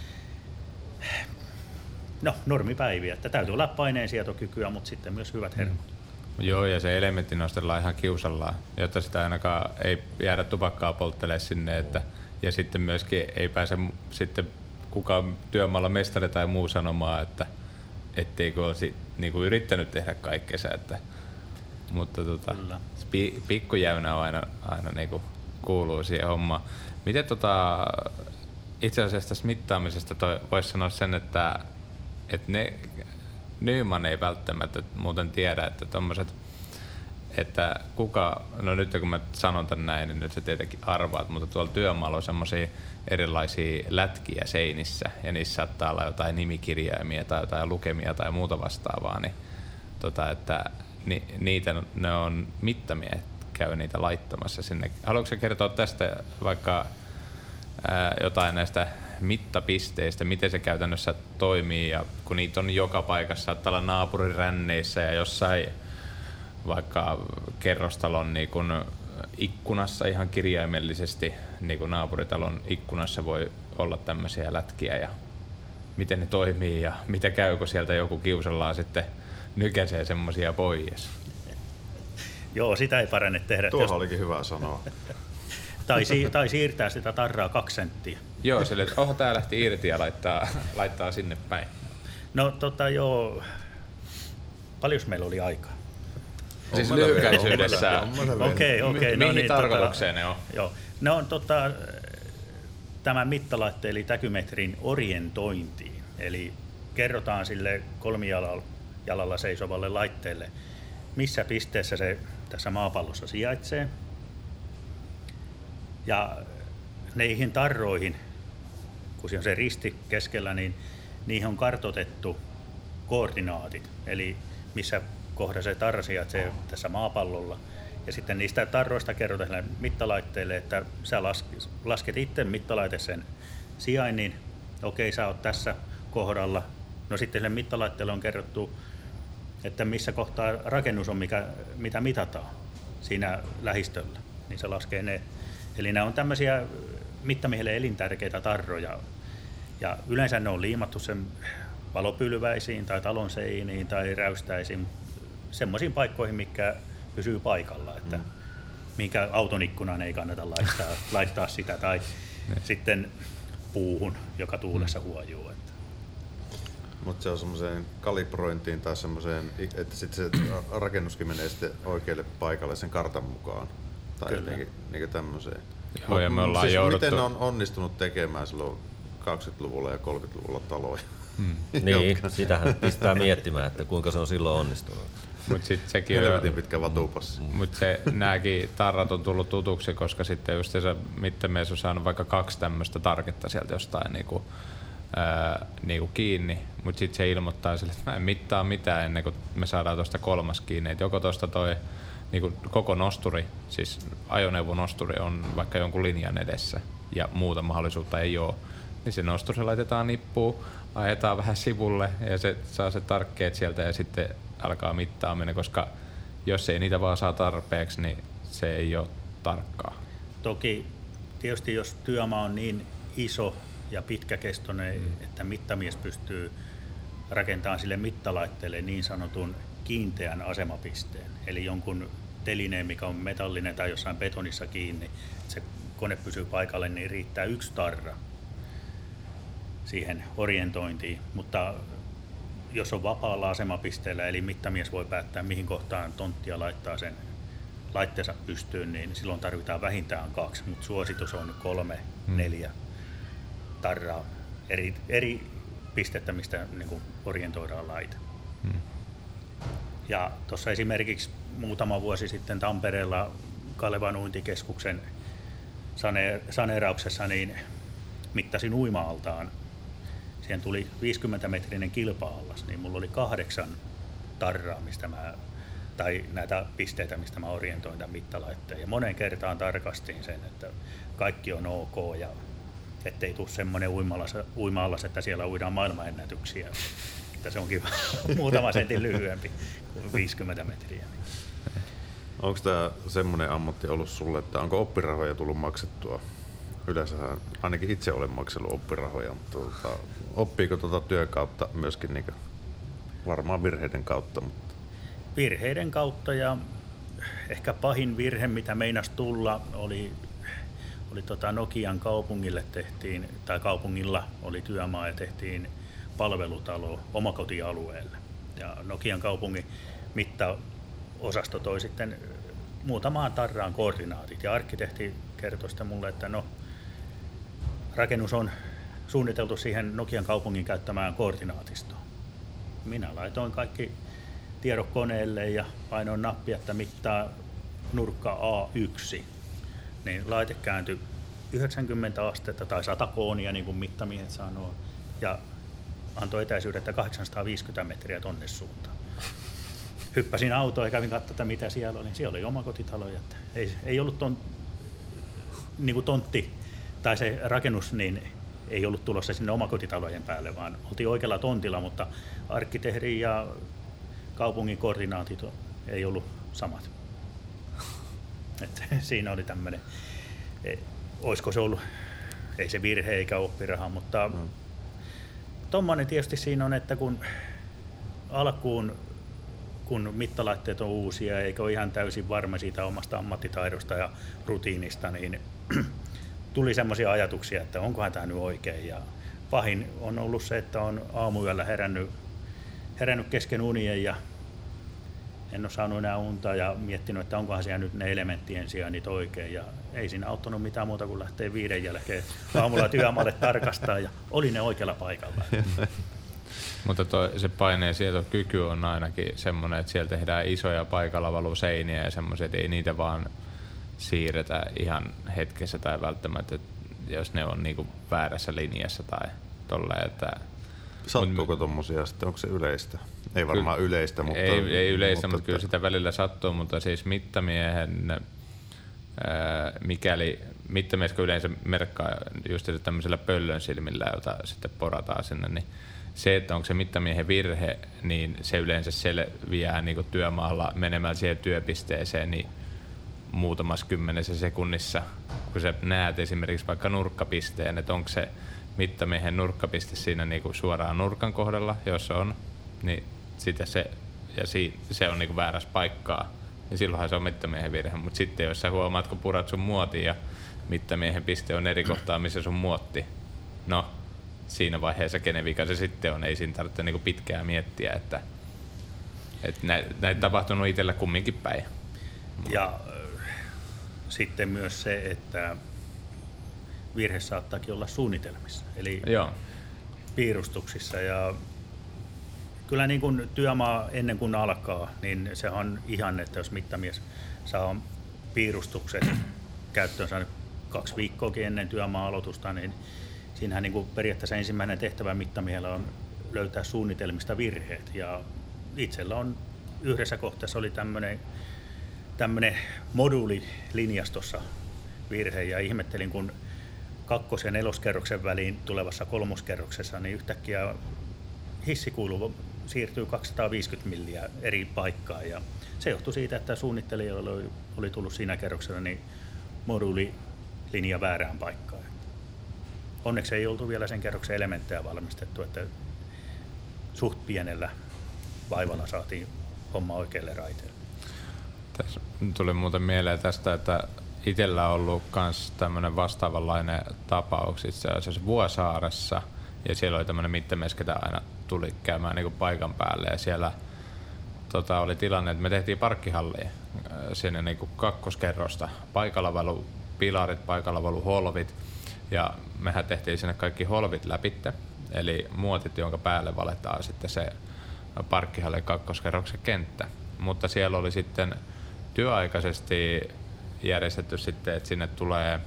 normipäiviä, että täytyy olla paineensietokykyä, mutta sitten myös hyvät hermot. Joo, ja se elementti nostellaan ihan kiusallaan, jotta sitä ainakaan ei jäädä tupakkaa polttelemaan sinne, ja sitten myöskin ei pääse sitten kukaan työmaalla mestari tai muu sanomaan, että etteikö olisi niinku yrittänyt tehdä kaikkensa, mutta pikkujäynä on aina niinku kuuluu siihen hommaan. Miten itse asiassa tästä mittaamisesta voisi sanoa sen, että Nyman ei välttämättä muuten tiedä, että tommoset, että no nyt kun mä sanon tän näin, niin nyt sä tietenkin arvaat, mutta tuolla työmaalla on semmosia erilaisia lätkiä seinissä ja niissä saattaa olla jotain nimikirjaimia tai jotain lukemia tai muuta vastaavaa, niin että ne on mittamiehet käy niitä laittamassa sinne. Haluatko kertoa tästä vaikka jotain näistä mittapisteistä, miten se käytännössä toimii, ja kun niitä on joka paikassa, saattaa olla naapuriränneissä ja jossain vaikka kerrostalon niin kun ikkunassa ihan kirjaimellisesti, niin kun naapuritalon ikkunassa voi olla tämmöisiä lätkiä, ja miten ne toimii ja mitä käy, kun sieltä joku kiusallaan sitten nykäisee semmoisia pois. Joo, sitä ei parane tehdä. Tuohon olikin hyvä sanoa. Tai siirtää sitä tarraa 2 senttiä. Joo, sille, että tää lähti irti ja laittaa sinne päin. No joo, paljon meillä oli aikaa? Siis lyhykäisyydessään. Okei. Mihin tarkoitukseen ne on? Joo, ne on tämän mittalaitte eli täkymetrin orientointiin. Eli kerrotaan sille kolmijalalla seisovalle laitteelle, missä pisteessä se tässä maapallossa sijaitsee. Ja niihin tarroihin, kun on se risti keskellä, niin niihin on kartoitettu koordinaatit, eli missä kohdassa se tarra sijaitsee tässä maapallolla. Ja sitten niistä tarroista kerrotaan mittalaitteelle, että sä lasket itse mittalaite sen sijainnin, okei, sä oot tässä kohdalla. No sitten sille mittalaitteelle on kerrottu, että missä kohtaa rakennus on, mitä mitataan siinä lähistöllä, niin se laskee ne. Eli nämä on tämmöisiä mittamiehelle elintärkeitä tarroja, ja yleensä ne on liimattu sen valopylväisiin tai talon seiniin tai räystäisiin, semmoisiin paikkoihin, mikä pysyy paikalla, että minkä auton ikkunaan ei kannata laittaa sitä, tai sitten puuhun, joka tuulessa huojuu. Mutta se on semmoiseen kalibrointiin tai semmoiseen, että sitten se rakennuskin menee sitten oikealle paikalle sen kartan mukaan. Tai jotenkin niin tämmöiseen. Joo, ja me ollaan siis jouduttu... Miten ne on onnistunut tekemään silloin 20-luvulla ja 30-luvulla taloja? Niin, sitähän pistää miettimään, että kuinka se on silloin onnistunut. Mut sit sekin helvetin pitkä vatupassi. Mutta nääkin tarrat on tullut tutuksi, koska sitten just se mittamies on saanut vaikka 2 tämmöistä tarketta sieltä jostain niinku kiinni, mutta sitten se ilmoittaa sille, että mä en mittaa mitään ennen kuin me saadaan tuosta 3 kiinni. Et joko tuosta toi niinku koko nosturi, siis ajoneuvonosturi on vaikka jonkun linjan edessä ja muuta mahdollisuutta ei ole, niin se nosturi laitetaan nippuun, ajetaan vähän sivulle ja se saa se tarkkeet sieltä ja sitten alkaa mittaaminen, koska jos ei niitä vaan saa tarpeeksi, niin se ei ole tarkkaa. Toki tietysti jos työmaa on niin iso ja pitkäkestoinen, että mittamies pystyy rakentamaan sille mittalaitteelle niin sanotun kiinteän asemapisteen, eli jonkun telineen, mikä on metallinen tai jossain betonissa kiinni, että se kone pysyy paikalle, niin riittää 1 tarra siihen orientointiin, mutta jos on vapaalla asemapisteellä, eli mittamies voi päättää mihin kohtaan tonttia laittaa sen laitteensa pystyyn, niin silloin tarvitaan vähintään 2, mutta suositus on 3-4 tarraa eri pistettä, mistä niin orientoidaan laite. Ja tuossa esimerkiksi muutama vuosi sitten Tampereella Kalevan uintikeskuksen saneerauksessa niin mittasin uima-altaan. Siihen tuli 50-metrinen kilpa-allas, niin mulla oli 8 tarraa, tai näitä pisteitä, mistä mä orientoin tämän mittalaitteen. Ja moneen kertaan tarkastin sen, että kaikki on ok ja ettei tule semmoinen uima-allas, että siellä uidaan maailmanennätyksiä. Että se onkin muutama sentin lyhyempi kuin 50 metriä. Onko tämä semmoinen ammatti ollut sulle, että onko oppirahoja tullut maksettua? Yleensä ainakin itse olen maksellut oppirahoja, mutta oppiiko työn kautta myöskin niin varmaan virheiden kautta? Mutta... Virheiden kautta, ja ehkä pahin virhe, mitä meinasi tulla, oli Nokian kaupungille tehtiin, tai kaupungilla oli työmaa ja tehtiin palvelutalo omakotialueelle. Ja Nokian kaupungin mittaosasto toi sitten muutamaan tarraan koordinaatit, ja arkkitehti kertoi sitten mulle, että no, rakennus on suunniteltu siihen Nokian kaupungin käyttämään koordinaatistoon. Minä laitoin kaikki tiedot koneelle ja painoin nappia, että mittaa nurkka A1. Niin laite kääntyi 90 astetta tai 100 koonia, niin kuin mittamiehet sanoo, ja antoi etäisyydet 850 metriä tonne suuntaan. Hyppäsin autoon ja kävin katsomaan, mitä siellä oli. Siellä oli omakotitaloja. Että ei ollut niin kuin tontti tai se rakennus, niin ei ollut tulossa sinne omakotitalojen päälle, vaan oltiin oikealla tontilla, mutta arkkitehdin ja kaupungin koordinaatit ei ollut samat. Että siinä oli tämmöinen, olisiko se ollut, ei se virhe eikä oppiraha, mutta tommoinen tietysti siinä on, että kun alkuun, kun mittalaitteet on uusia eikä ole ihan täysin varma siitä omasta ammattitaidosta ja rutiinista, niin tuli semmoisia ajatuksia, että onkohan tämä nyt oikein. Ja pahin on ollut se, että on aamuyöllä herännyt kesken unien ja en ole saanut enää unta ja miettinyt, että onkohan siellä nyt ne elementtien sijainnit oikein. Ja ei siinä auttanut mitään muuta kuin lähteä 5 jälkeen aamulla työmaalle tarkastaa ja oli ne oikealla paikalla. Mutta se paineen sietokyky on ainakin semmoinen, että siellä tehdään isoja paikallavaluseiniä ja semmoisia, että ei niitä vaan siirretä ihan hetkessä tai välttämättä, jos ne on niinku väärässä linjassa tai tolleen, että sattuuko tommosia sitten, onko se yleistä? Ei varmaan yleistä, mutta... Ei yleistä, mutta kyllä sitä välillä sattuu, mutta siis mittamiehen, mikäli mittamies yleensä merkkaa just tämmöisellä pöllön silmillä, jota sitten porataan sinne, niin se, että onko se mittamiehen virhe, niin se yleensä selviää niin kuin työmaalla menemään siihen työpisteeseen niin muutamassa 10 sekunnissa, kun sä näet esimerkiksi vaikka nurkkapisteen, että onko se mittamiehen nurkkapiste siinä niin kuin suoraan nurkan kohdalla, jos on, niin sitä se on niin kuin väärässä paikkaa, niin silloinhan se on mittamiehen virhe. Mutta sitten jos sä huomaat, kun purat sun muotiin ja mittamiehen piste on eri kohtaa, missä sun muotti, no siinä vaiheessa kenen vika se sitten on, ei siinä tarvitse niin kuin pitkään miettiä, että näitä tapahtunut itsellä kumminkin päin. Ja sitten myös se, että virhe saattaakin olla suunnitelmissa, eli piirustuksissa. Ja kyllä niin kuin työmaa ennen kuin alkaa, niin se on ihan, että jos mittamies saa piirustukset käyttöönsä 2 viikkoakin ennen työmaa-aloitusta, niin siinähän niin kuin periaatteessa ensimmäinen tehtävä mittamiehellä on löytää suunnitelmista virheet. Ja itsellä on yhdessä kohteessa oli tämmöinen moduuli linjastossa virhe, ja ihmettelin, kun 2. ja 4. kerroksen väliin tulevassa 3. kerroksessa, niin yhtäkkiä hissikuilu siirtyy 250 milliä eri paikkaan, ja se johtui siitä, että suunnittelijoilla oli tullut siinä kerroksella niin moduulilinja väärään paikkaan. Onneksi ei oltu vielä sen kerroksen elementtejä valmistettu, että suht pienellä vaivalla saatiin homma oikealle raiteelle. Tässä tuli muuten mieleen tästä, että itsellä on ollut myös tämmöinen vastaavanlainen tapaus itse asiassa Vuosaaressa, ja siellä oli tämmöinen mittamies, ketä aina tuli käymään niin kuin paikan päälle, ja siellä oli tilanne, että me tehtiin parkkihallia sinne niin kuin 2. kerrosta, paikallavalopilarit, paikallavaloholvit, ja mehän tehtiin sinne kaikki holvit läpitte, eli muotit, jonka päälle valetaan sitten se parkkihallin 2. kerroksen kenttä, mutta siellä oli sitten työaikaisesti järjestetty sitten, että sinne tulee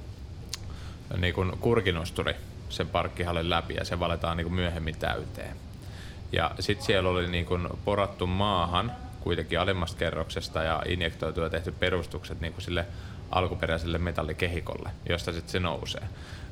niin kuin kurkinosturi sen parkkihallin läpi ja se valetaan niin kuin myöhemmin täyteen. Ja sitten siellä oli niin kuin porattu maahan kuitenkin alimmasta kerroksesta ja injektoitu ja tehty perustukset niin kuin sille alkuperäiselle metallikehikolle, josta sitten se nousee.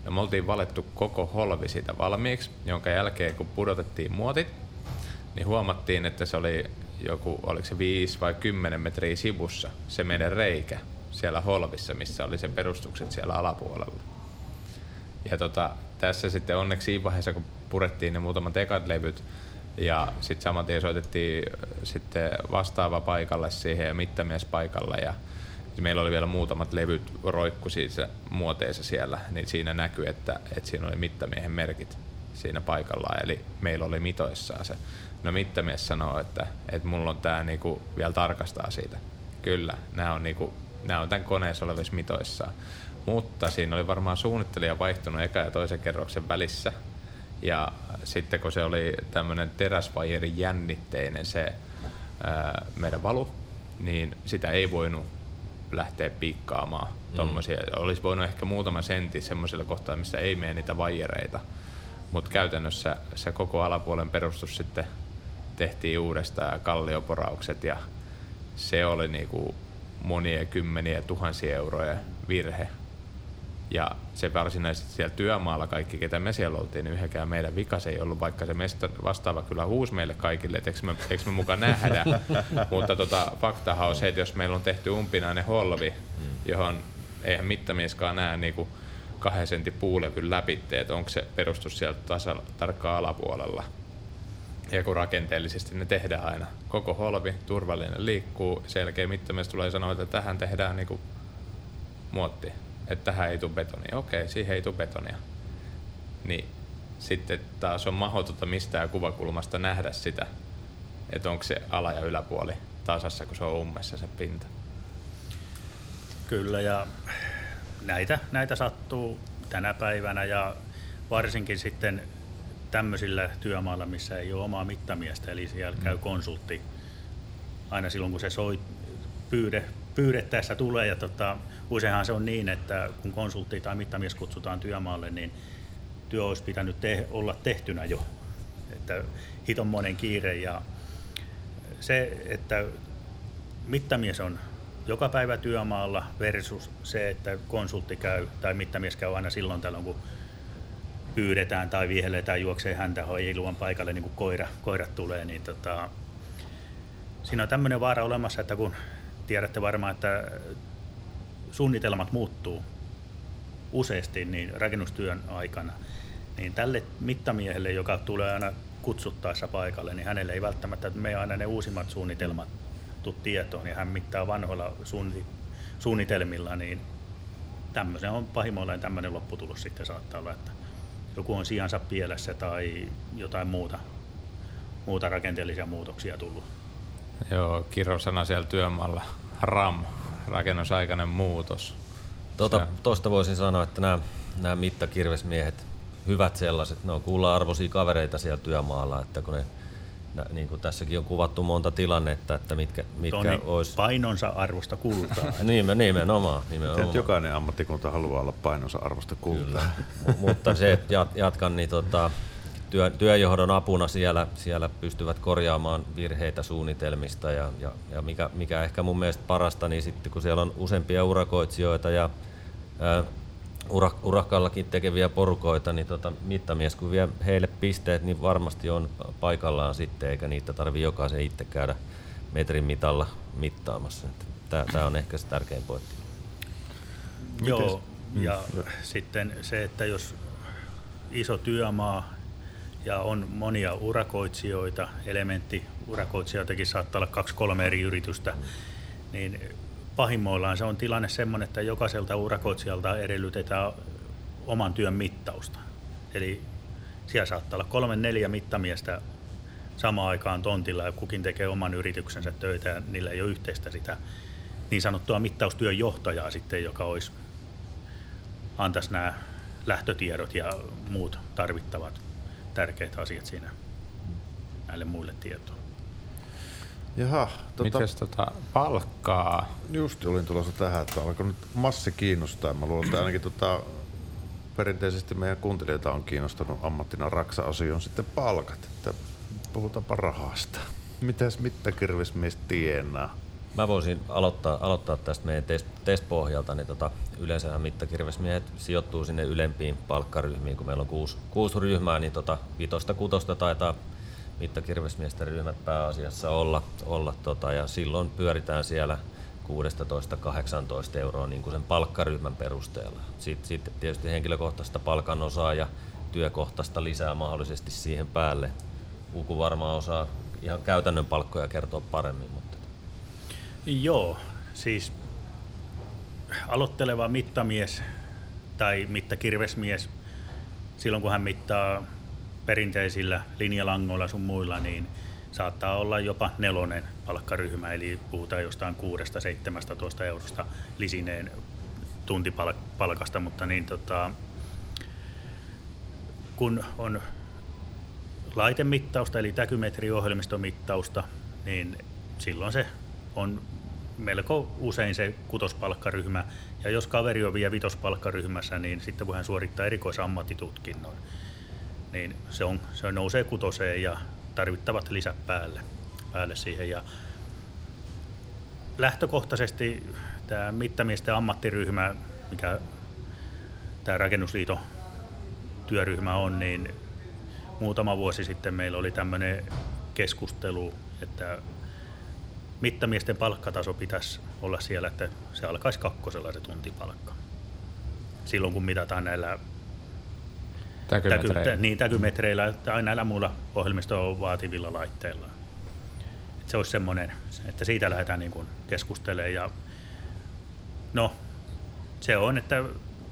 Ja me oltiin valettu koko holvi siitä valmiiksi, jonka jälkeen kun pudotettiin muotit, niin huomattiin, että se oli oliko se 5 vai 10 metriä sivussa se meidän reikä siellä holvissa, missä oli sen perustukset siellä alapuolella. Ja tässä sitten onneksi siinä vaiheessa, kun purettiin ne muutamat ekat levyt ja sitten saman tien soitettiin sitten vastaava paikalle siihen ja mittamies paikalle ja meillä oli vielä muutamat levyt roikku siitä muoteissa siellä, niin siinä näkyi, että siinä oli mittamiehen merkit siinä paikallaan, eli meillä oli mitoissaan se. No mittamies sanoo, että mulla on tää niinku vielä tarkastaa siitä. Kyllä, nämä on tämän koneessa olevissa mitoissaan. Mutta siinä oli varmaan suunnittelija vaihtunut eka ja toisen kerroksen välissä. Ja sitten kun se oli tämmönen teräsvaijerin jännitteinen se meidän valu, niin sitä ei voinut lähteä piikkaamaan. Tommosia. Olisi voinut ehkä muutama sentti semmoisella kohtaa, missä ei mene niitä vaijereita. Mutta käytännössä se koko alapuolen perustus sitten tehtiin uudestaan kallioporaukset ja se oli niinku monia kymmeniä tuhansia euroja virhe. Ja se varsinaisesti siellä työmaalla kaikki, ketä me siellä oltiin, niin yhdenkään meidän vikas ei ollut, vaikka se mestari vastaava kyllä huusi meille kaikille, että eikö me mukaan nähdä. Mutta faktahan on se, että jos meillä on tehty umpinainen holvi, johon eihän mittamieskaan näe niinku 2 sentin puulevyn läpi, että onko se perustus sieltä tarkkaan alapuolella. Ja kun rakenteellisesti ne tehdään aina. Koko holvi, turvallinen liikkuu, sen jälkeen mittamies tulee sanoa, että tähän tehdään niinku muotti, että tähän ei tule betonia. Okei, siihen ei tule betonia. Niin sitten taas on mahdotonta mistään kuvakulmasta nähdä sitä, että onko se ala- ja yläpuoli tasassa, kun se on ummessa se pinta. Kyllä, ja näitä sattuu tänä päivänä ja varsinkin sitten tämmöisillä työmailla, missä ei ole omaa mittamiestä, eli siellä käy konsultti aina silloin, kun se pyydettäessä tulee. Ja useinhan se on niin, että kun konsultti tai mittamies kutsutaan työmaalle, niin työ olisi pitänyt olla tehtynä jo. Että hitonmoinen kiire ja se, että mittamies on joka päivä työmaalla versus se, että konsultti käy tai mittamies käy aina silloin tällöin, kun pyydetään tai vihelletään, juoksee häntä heiluvan paikalle, niin kuin koirat tulee, niin siinä on tämmöinen vaara olemassa, että kun tiedätte varmaan, että suunnitelmat muuttuu useasti niin rakennustyön aikana, niin tälle mittamiehelle, joka tulee aina kutsuttaessa paikalle, niin hänelle ei välttämättä mene aina ne uusimmat suunnitelmat tuu tietoon, ja hän mittaa vanhoilla suunnitelmilla, niin tämmöisen on pahimmillaan tämmöinen lopputulos sitten saattaa olla, että joku on sijansa pielessä tai jotain muuta rakenteellisia muutoksia tullut. Joo, kirosana siellä työmaalla, RAM, rakennusaikainen muutos. Tuosta voisin sanoa, että nämä mittakirvesmiehet, hyvät sellaiset, ne on kuulla-arvoisia kavereita siellä työmaalla, että kun ne, niin kuin tässäkin on kuvattu monta tilannetta, että mitkä olisi painonsa arvosta kultaa. nimenomaan. Jokainen ammattikunta haluaa olla painonsa arvosta kultaa. Mutta se, että jatkan, niin työjohdon apuna siellä pystyvät korjaamaan virheitä suunnitelmista ja mikä ehkä mun mielestä parasta, niin sitten kun siellä on useampia urakoitsijoita ja urakallakin tekeviä porukoita, niin mittamies kun vie heille pisteet, niin varmasti on paikallaan sitten, eikä niitä tarvitse jokaisen itse käydä metrin mitalla mittaamassa. Tämä on ehkä se tärkein pointti. Joo, ja sitten se, että jos iso työmaa ja on monia urakoitsijoita, elementtiurakoitsijoitakin saattaa olla 2-3 eri yritystä, niin pahimmoillaan se on tilanne semmoinen, että jokaiselta urakoitsijalta edellytetään oman työn mittausta. Eli siellä saattaa olla 3-4 mittamiestä samaan aikaan tontilla ja kukin tekee oman yrityksensä töitä ja niillä ei ole yhteistä sitä niin sanottua mittaustyön johtajaa sitten, joka antaisi nämä lähtötiedot ja muut tarvittavat tärkeät asiat siinä näille muille tietoon. Jaha, mites palkkaa? Just olin tulossa tähän, että alkoi nyt massi kiinnostaa. Mä luulen, että ainakin perinteisesti meidän kuuntelijoita on kiinnostanut ammattina raksa-asioon sitten palkat. Että puhutaanpa rahasta. Mitäs mittakirvesmies tienaa? Mä voisin aloittaa tästä meidän test-pohjalta. Niin yleensähän mittakirvesmiehet sijoittuu sinne ylempiin palkkaryhmiin, kun meillä on kuusi ryhmää, niin 5-6 taitaa mittakirvesmiesten ryhmät pääasiassa olla ja silloin pyöritään siellä 16-18 euroa niin kuin sen palkkaryhmän perusteella. Sitten tietysti henkilökohtaista palkanosaa ja työkohtaista lisää mahdollisesti siihen päälle. Uku varmaan osaa ihan käytännön palkkoja kertoa paremmin. Mutta... Joo, siis aloitteleva mittamies tai mittakirvesmies, silloin kun hän mittaa perinteisillä linjalangoilla sun muilla, niin saattaa olla jopa 4. palkkaryhmä, eli puhutaan jostain 6-17 eurosta lisineen tuntipalkasta, mutta niin kun on laitemittausta eli täkymetriohjelmistomittausta, niin silloin se on melko usein se 6. palkkaryhmä, ja jos kaveri on vielä 5. palkkaryhmässä, niin sitten kun hän suorittaa erikoisammattitutkinnon, niin se nousee 6. ja tarvittavat lisät päälle siihen. Ja lähtökohtaisesti tämä mittamiesten ammattiryhmä, mikä tämä Rakennusliiton työryhmä on, niin muutama vuosi sitten meillä oli tämmöinen keskustelu, että mittamiesten palkkataso pitäisi olla siellä, että se alkaisi 2. se tuntipalkka. Silloin kun mitataan näillä täkymetreillä tai näillä muilla ohjelmistoon vaativilla laitteilla. Et se olisi semmoinen, että siitä lähdetään niin kuin keskustelemaan. Ja no, se on, että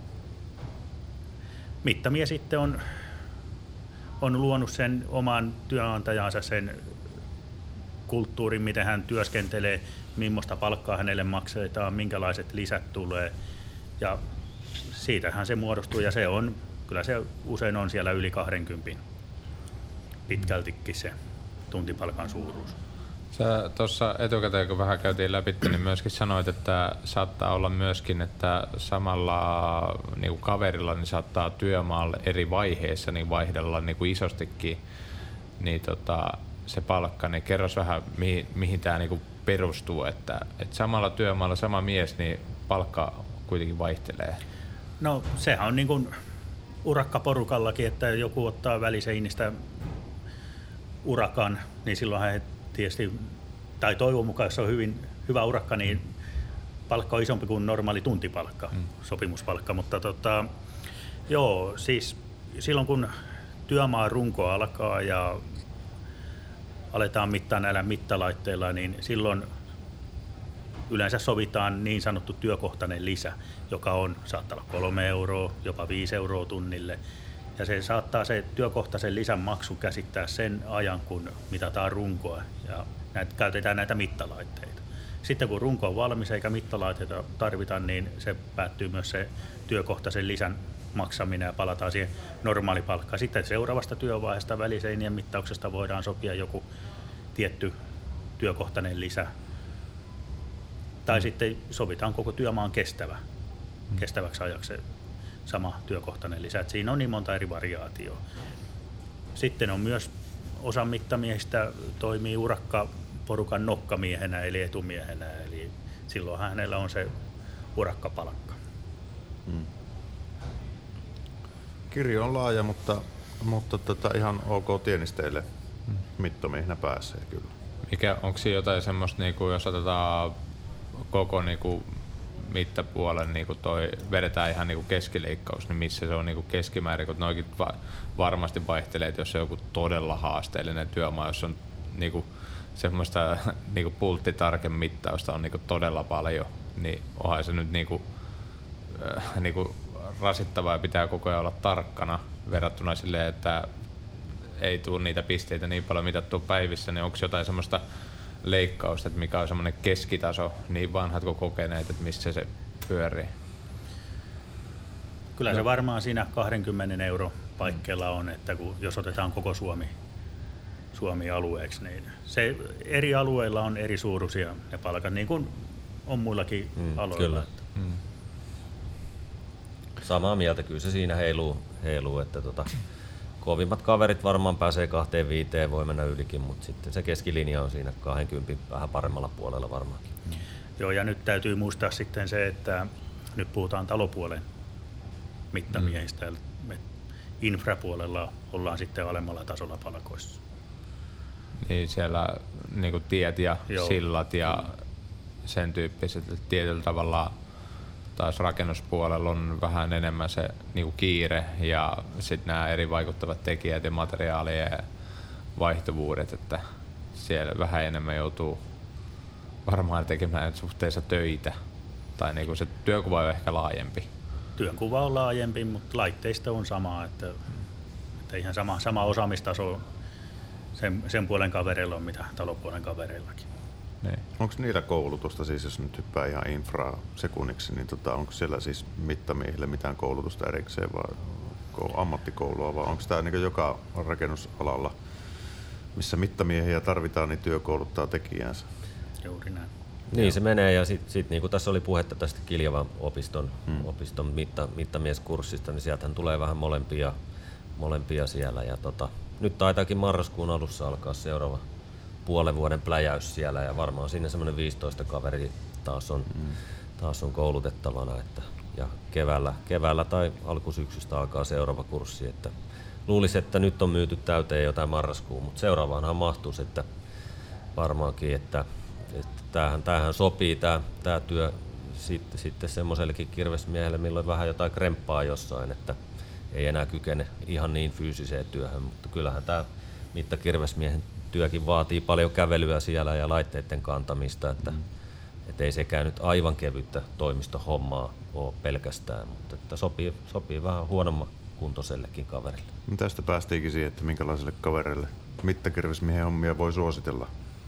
mittamies sitten on luonut sen oman työnantajansa sen kulttuurin, miten hän työskentelee, millaista palkkaa hänelle maksetaan, minkälaiset lisät tulee. Ja siitähän se muodostuu, ja kyllä se usein on siellä yli 20 pitkältikin se tuntipalkan suuruus. Sä tuossa etukäteen, kun vähän käytiin läpi, niin myöskin sanoit, että saattaa olla myöskin, että samalla niin kuin kaverilla niin saattaa työmaalle eri vaiheissa niin vaihdella niin kuin isostikin niin se palkka. Niin kerros vähän, mihin tämä niin kuin perustuu, että samalla työmaalla sama mies, niin palkka kuitenkin vaihtelee. No sehän on niin kuin urakkaporukallakin, että joku ottaa väliseinistä urakan, niin silloin hän tietysti, tai toivon mukaan, jos on hyvä urakka, niin palkka on isompi kuin normaali tuntipalkka, sopimuspalkka, mutta joo, siis silloin kun työmaan runko alkaa ja aletaan mittaa näillä mittalaitteilla, niin silloin yleensä sovitaan niin sanottu työkohtainen lisä, joka saattaa olla 3 euroa, jopa 5 euroa tunnille. Ja se saattaa se työkohtaisen lisän maksu käsittää sen ajan, kun mitataan runkoa ja käytetään näitä mittalaitteita. Sitten kun runko on valmis eikä mittalaitteita tarvita, niin se päättyy myös se työkohtaisen lisän maksaminen ja palataan siihen normaalipalkkaan. Sitten seuraavasta työvaiheesta väliseinien mittauksesta voidaan sopia joku tietty työkohtainen lisä. Tai sitten sovitaan koko työmaan kestäväksi ajaksi se sama työkohtainen lisä. Et siinä on niin monta eri variaatioa. Sitten on myös osa mittamiehistä toimii urakkaporukan nokkamiehenä eli etumiehenä. Eli silloin hänellä on se urakkapalkka. Kirjo on laaja, mutta ihan ok tienisteille mittomiehenä pääsee kyllä. Onko siinä jotain semmoista, niinku, jos otetaan koko niinku, mittapuolen niinku vedetään ihan niinku keskileikkaus, niin missä se on niinku keskimäärin, kun noikin varmasti vaihtelee, että jos se on joku todella haasteellinen työmaa, jos on niinku semmoista niinku pulttitarken mittausta on niinku todella paljon, niin onhan se nyt niinku rasittavaa ja pitää koko ajan olla tarkkana verrattuna silleen, että ei tule niitä pisteitä niin paljon mitattua päivissä, niin onko jotain semmoista leikkausta, että mikä on semmoinen keskitaso, niin vanhat kuin kokeneet, että missä se pyörii? Kyllä se varmaan siinä 20 € paikkeilla on, että jos otetaan koko Suomi alueeksi, niin se eri alueilla on eri suuruisia ne palkat, niin kuin on muillakin aloilla. Kyllä. Samaa mieltä, kyllä se siinä heiluu että kovimmat kaverit varmaan pääsee 2-5, voi mennä ylikin, mutta sitten se keskilinja on siinä 20 vähän paremmalla puolella varmaankin. Joo, ja nyt täytyy muistaa sitten se, että nyt puhutaan talopuolen mittamiehistä. Me infrapuolella ollaan sitten alemmalla tasolla palkoissa. Niin siellä niin tiet ja sillat ja sen tyyppiset, tietyllä tavalla taas rakennuspuolella on vähän enemmän se niin kiire ja sitten nämä eri vaikuttavat tekijät ja materiaalien vaihtuvuudet, että siellä vähän enemmän joutuu varmaan tekemään suhteessa töitä tai niin se työkuva on ehkä laajempi. Työnkuva on laajempi, mutta laitteisto on sama, että ihan sama osaamistaso sen puolen kavereilla on mitä talopuolen kavereillakin. Onko niillä koulutusta, siis jos nyt hyppää ihan infraa sekunniksi, niin onko siellä siis mittamiehille mitään koulutusta erikseen vai ammattikoulua, vai onko tämä niin joka rakennusalalla, missä mittamiehiä tarvitaan, niin työ kouluttaa tekijänsä? Juuri näin. Niin se menee, ja sitten niin kuin tässä oli puhetta tästä Kiljavan opiston mittamieskurssista, niin sieltähän tulee vähän molempia siellä. Ja nyt taitaakin marraskuun alussa alkaa seuraava puolen vuoden pläjäys siellä, ja varmaan siinä semmoinen 15 kaveri taas on koulutettavana. Ja keväällä tai alkusyksystä alkaa seuraava kurssi. Että luulisi, että nyt on myyty täyteen jotain marraskuun, mutta seuraavaanhan mahtuisi, että varmaankin, että tämähän sopii tämä työ sitten semmoisellekin kirvesmiehelle, milloin vähän jotain kremppaa jossain, että ei enää kykene ihan niin fyysiseen työhön, mutta kyllähän tämä mittakirvesmiehen työkin vaatii paljon kävelyä siellä ja laitteiden kantamista, että ei sekään nyt aivan kevyttä toimistohommaa ole pelkästään, mutta että sopii vähän huonomman kuntoisellekin kaverille. Tästä päästiinkin siihen, että minkälaiselle kaverille mittakirvesmiehen hommia voi suositella?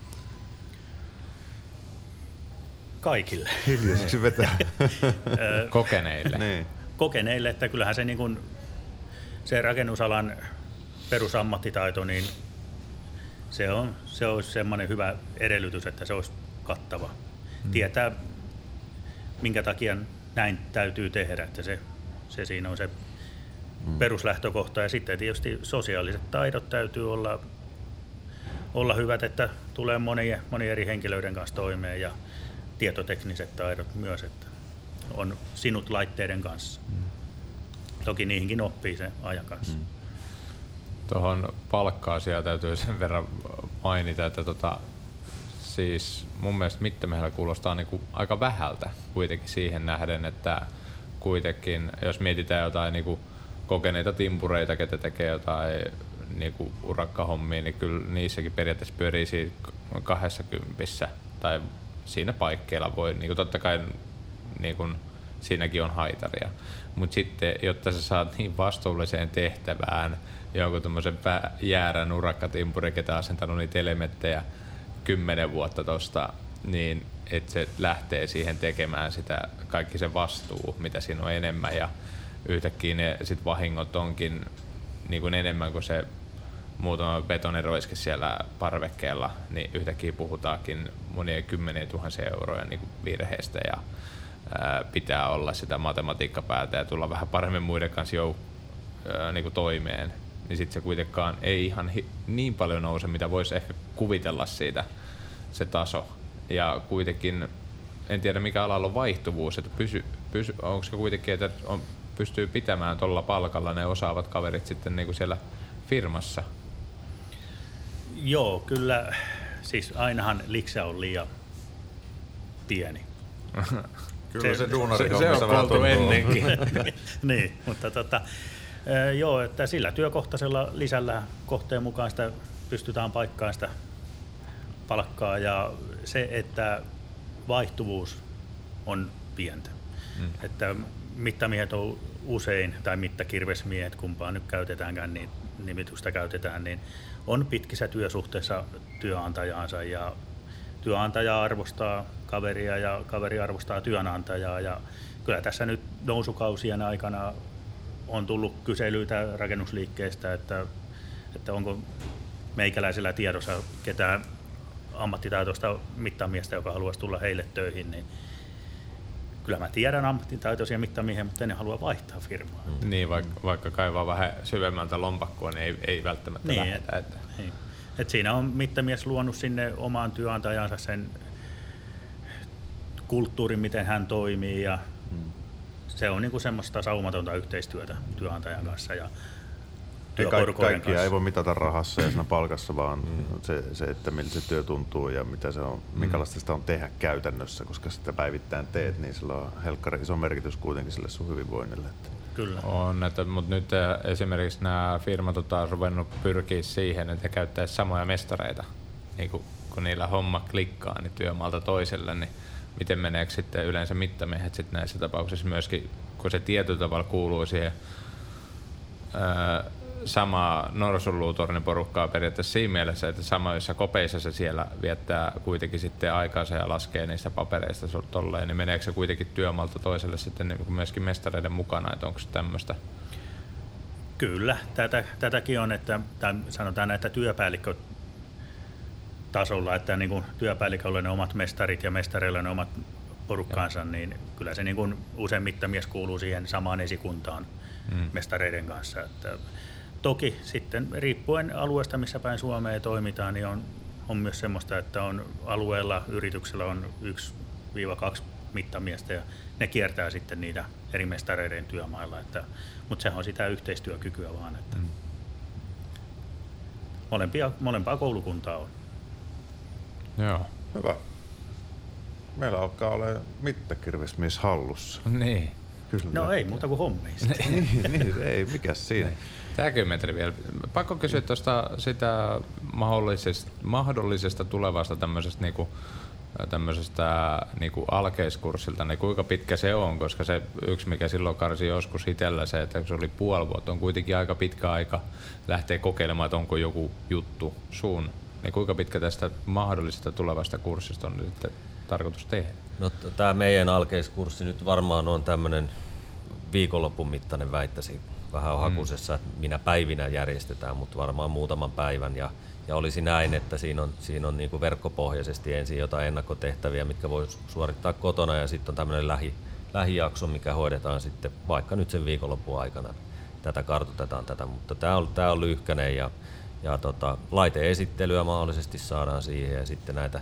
Kaikille. Hiljaiseksi vetää. Kokeneille. Niin. Kokeneille, että kyllähän se, niin kun, se rakennusalan perusammattitaito, niin se olisi semmoinen hyvä edellytys, että se olisi kattava. Tietää, minkä takia näin täytyy tehdä, että se siinä on se peruslähtökohta. Ja sitten tietysti sosiaaliset taidot täytyy olla hyvät, että tulee moni eri henkilöiden kanssa toimeen, ja tietotekniset taidot myös, että on sinut laitteiden kanssa. Toki niihinkin oppii sen ajan kanssa. Tuohon palkka-asiaan täytyy sen verran mainita, että siis mun mielestä mittamiehellä kuulostaa niinku aika vähältä kuitenkin siihen nähden, että kuitenkin jos mietitään jotain niinku kokeneita timpureita, ketä tekee jotain niinku urakkahommia, niin kyllä niissäkin periaatteessa pyörii siinä 20 tai siinä paikkeilla voi, niinku totta kai niinku, siinäkin on haitaria, mutta sitten jotta sä saat niin vastuulliseen tehtävään jonkun tommosen jäärän urakkatimpuri, ketä on asentanut niitä elementtejä 10 vuotta tosta, niin että se lähtee siihen tekemään sitä kaikki se vastuu, mitä siinä on enemmän, ja yhtäkkiä ne sit vahingot onkin niin kuin enemmän kuin se muutama betoniroiske siellä parvekkeella, niin yhtäkkiä puhutaankin monien 10 000 euroja niin kuin virheestä, ja pitää olla sitä matematiikkapäätä ja tulla vähän paremmin muiden kanssa niin kuin toimeen, niin sitten se kuitenkaan ei ihan niin paljon nouse, mitä voisi ehkä kuvitella siitä se taso. Ja kuitenkin, en tiedä mikä alalla on vaihtuvuus, että onko se kuitenkin, että pystyy pitämään tuolla palkalla ne osaavat kaverit sitten niin kuin siellä firmassa? Joo, kyllä. Siis ainahan liksä on liian pieni. Kyllä se duunari se on kuultu ennenkin. Niin, mutta joo, että sillä työkohtaisella lisällä kohteen mukaan sitä pystytään paikkaamaan sitä palkkaa, ja se, että vaihtuvuus on pientä. Että mittamiehet on usein, tai mittakirvesmiehet, kumpaa nyt käytetäänkään, niin nimitystä käytetään, niin on pitkissä työsuhteessa työnantajaansa, ja työnantaja arvostaa kaveria ja kaveri arvostaa työnantajaa, ja kyllä tässä nyt nousukausien aikana on tullut kyselyitä rakennusliikkeestä, että onko meikäläisellä tiedossa ketään ammattitaitoista mittamiestä, joka haluaisi tulla heille töihin, niin kyllä mä tiedän ammattitaitoisia mittamiehiä, mutta en halua vaihtaa firmaa. Niin, vaikka kaivaa vähän syvemmältä lompakkoa, niin ei välttämättä Niin, lähdetä. niin. Et siinä on mittamies luonut sinne omaan työnantajansa sen kulttuurin, miten hän toimii, ja se on niinku semmoista saumatonta yhteistyötä työnantajan kanssa ja työporukoiden kanssa. Ei voi mitata rahassa ja siinä palkassa, vaan se, että miltä se työ tuntuu ja mitä se on, minkälaista sitä on tehdä käytännössä, koska sitä päivittäin teet, niin sillä on helkkari iso merkitys kuitenkin sille sun hyvinvoinnille. Kyllä. On, mutta nyt esimerkiksi nämä firmat on taas ruvennut pyrkiä siihen, että he käyttäisivät samoja mestareita. Niin kun niillä homma klikkaa niin työmaalta toiselle, niin miten meneekö sitten yleensä mittamiehet sitten näissä tapauksissa myöskin, kun se tietyllä tavalla kuuluu siihen samaa norsunluutornin porukkaa periaatteessa siinä mielessä, että samoissa kopeissa se siellä viettää kuitenkin sitten aikaansa ja laskee niistä papereista tolleen, niin meneekö se kuitenkin työmaalta toiselle sitten niin kuin myöskin mestareiden mukana, että onko se tämmöistä? Kyllä, tätäkin on, että sanotaan näitä työpäällikkötasolla, että niin kuin työpäälliköllä on ne omat mestarit ja mestareilla ne omat porukkaansa, niin kyllä se niin kuin usein mittamies kuuluu siihen samaan esikuntaan mestareiden kanssa. Että toki sitten riippuen alueesta, missä päin Suomea toimitaan, niin on myös semmoista, että on alueella yrityksellä on 1-2 mittamiestä ja ne kiertää sitten niitä eri mestareiden työmailla. Mutta sehän on sitä yhteistyökykyä vaan, että molempaa koulukuntaa on. Joo. Hyvä. Meillä alkaa olla mittakirvesmies hallussa. Niin. Kyllä. No ei muuta kuin hommeista. niin, ei, mikäs siinä. Tämä 10 metri vielä. Pakko kysyä tuosta sitä mahdollisesta tulevasta tämmöisestä alkeiskurssilta, niin kuinka pitkä se on, koska se yksi, mikä silloin karsi joskus itsellä se, että se oli puoli vuotta, on kuitenkin aika pitkä aika lähteä kokeilemaan, että onko joku juttu sun. Niin kuinka pitkä tästä mahdollisesta tulevasta kurssista on nyt tarkoitus tehdä? No, tämä meidän alkeiskurssi nyt varmaan on tämmöinen viikonlopun mittainen, väittäisin vähän hakusessa, että minä päivinä järjestetään, mutta varmaan muutaman päivän. Ja olisi näin, että siinä on niin kuin verkkopohjaisesti ensin jotain ennakkotehtäviä, mitkä voi suorittaa kotona, ja sitten on tämmöinen lähijakso, mikä hoidetaan sitten vaikka nyt sen viikonlopun aikana. Tätä kartoitetaan mutta tämä on lyhkäinen ja laiteesittelyä mahdollisesti saadaan siihen ja sitten näitä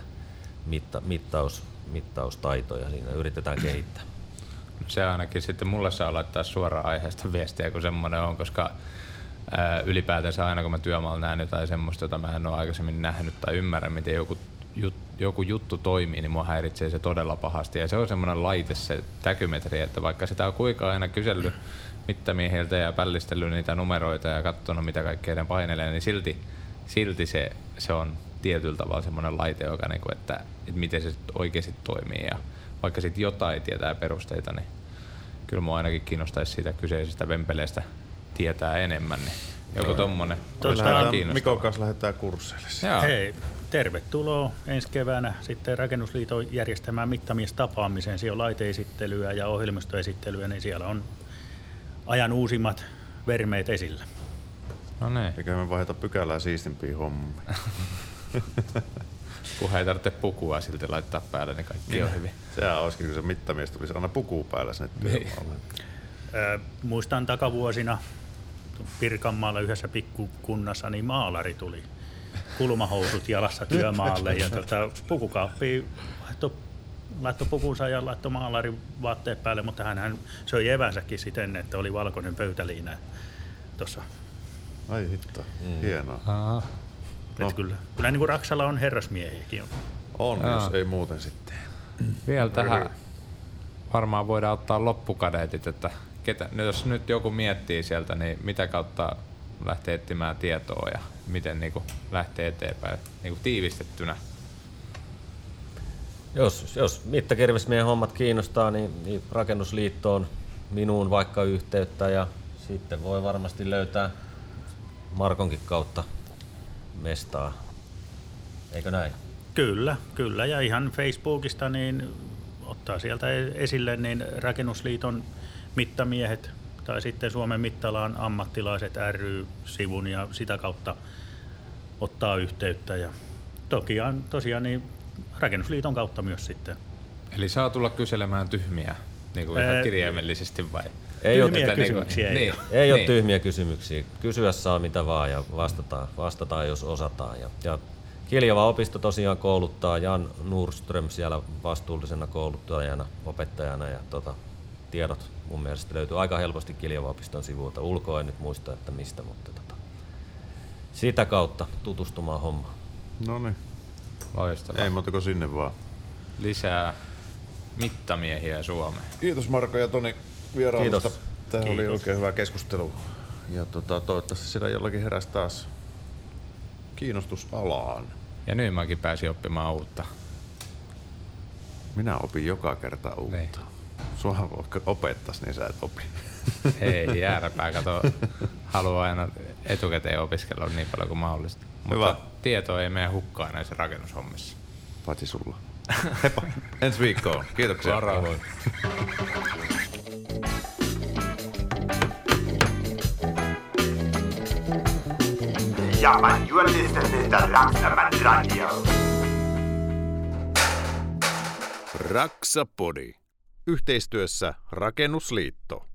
mittaustaitoja siinä yritetään kehittää. Se ainakin sitten mulle saa laittaa suoraan aiheesta viestiä, kun semmoinen on, koska ylipäätänsä aina kun mä työmaalla näen jotain semmoista, jota mä en ole aikaisemmin nähnyt tai ymmärrä, miten joku juttu toimii, niin mua häiritsee se todella pahasti. Ja se on semmoinen laite, se täkymetri, että vaikka sitä on kuinka aina kysellyt mittamiehiltä ja pällistellyt niitä numeroita ja katsonut mitä kaikkea ne painelee, niin silti se on tietyllä tavalla semmoinen laite, joka että miten se oikeasti toimii. Ja vaikka sitten jotain tietää perusteita, niin kyllä mua ainakin kiinnostaisi siitä kyseisestä vempeleestä tietää enemmän. Niin joku tommonen olisi kiinnostavaa. Mikon kanssa lähdetään kursseille. Hei, tervetuloa ensi keväänä sitten Rakennusliiton järjestämään mittamiestapaamiseen. Siellä on laiteesittelyä ja ohjelmistoesittelyä, niin siellä on ajan uusimmat vermeet esillä. No niin. Eikä me vaiheta pykälää siistimpiä hommia. Kunhan ei tarvitse pukua silti laittaa päälle, niin kaikki on hyvin. Sehän olisikin, kun se mittamies tulisi aina pukuu päällä sinne työmaalle. Muistan takavuosina Pirkanmaalla yhdessä pikkukunnassa, niin maalari tuli kulmahousut jalassa työmaalle ja pukukaappiin laittoi pukunsa ja laittoi maalarin vaatteet päälle, mutta hän söi evänsäkin siten, että oli valkoinen pöytäliina tuossa. Ai hitto, hienoa. No. Kyllä niin kuin Raksalla on herrasmiehiäkin. On, jos ei muuten sitten. Vielä tähän varmaan voidaan ottaa loppukadeetit, että jos nyt joku miettii sieltä, niin mitä kautta lähtee etsimään tietoa ja miten lähtee eteenpäin tiivistettynä? Jos mittakirvesmiehen hommat kiinnostaa, niin Rakennusliittoon minuun vaikka yhteyttä ja sitten voi varmasti löytää Markonkin kautta mestaa. Eikö näin? Kyllä ja ihan Facebookista niin ottaa sieltä esille niin Rakennusliiton mittamiehet tai sitten Suomen mittalaan ammattilaiset ry-sivun ja sitä kautta ottaa yhteyttä ja tosiaan niin Rakennusliiton kautta myös sitten. Eli saa tulla kyselemään tyhmiä Niin kuin ihan kirjaimellisesti vai? Ei ole Tyhmiä kysymyksiä ei ole. Ei ole tyhmiä kysymyksiä. Kysyä saa mitä vaan ja vastataan jos osataan. Ja Kiljava opisto tosiaan kouluttaa Jan Nordström siellä vastuullisena kouluttajana, opettajana ja tiedot mun mielestä löytyy aika helposti Kiljava opiston sivuilta. Ulkoa en nyt muista, että mistä, mutta sitä kautta tutustumaan hommaan. No niin. Loistavaa. Ei muuta kuin sinne vaan. Lisää mittamiehiä Suomeen. Kiitos Marko ja Toni vierailusta. Kiitos. Tämä oli oikein hyvä keskustelu. Ja toivottavasti siellä jollakin heräsi taas kiinnostus alaan. Ja nyt mäkin pääsin oppimaan uutta. Minä opin joka kerta uutta. Niin. Sua opettais, niin sä et opi. Ei jääräpää, kato. Haluaa aina etukäteen opiskella niin paljon kuin mahdollista. Hyvä. Mutta tieto ei mene hukkaan näissä rakennushommissa. Paitsi sulla. Heippa. Ensi viikkoon. Kiitoksia. Varoin. Ja, man, you are listening to Raksaman Radio. Raksapodi. Yhteistyössä Rakennusliitto.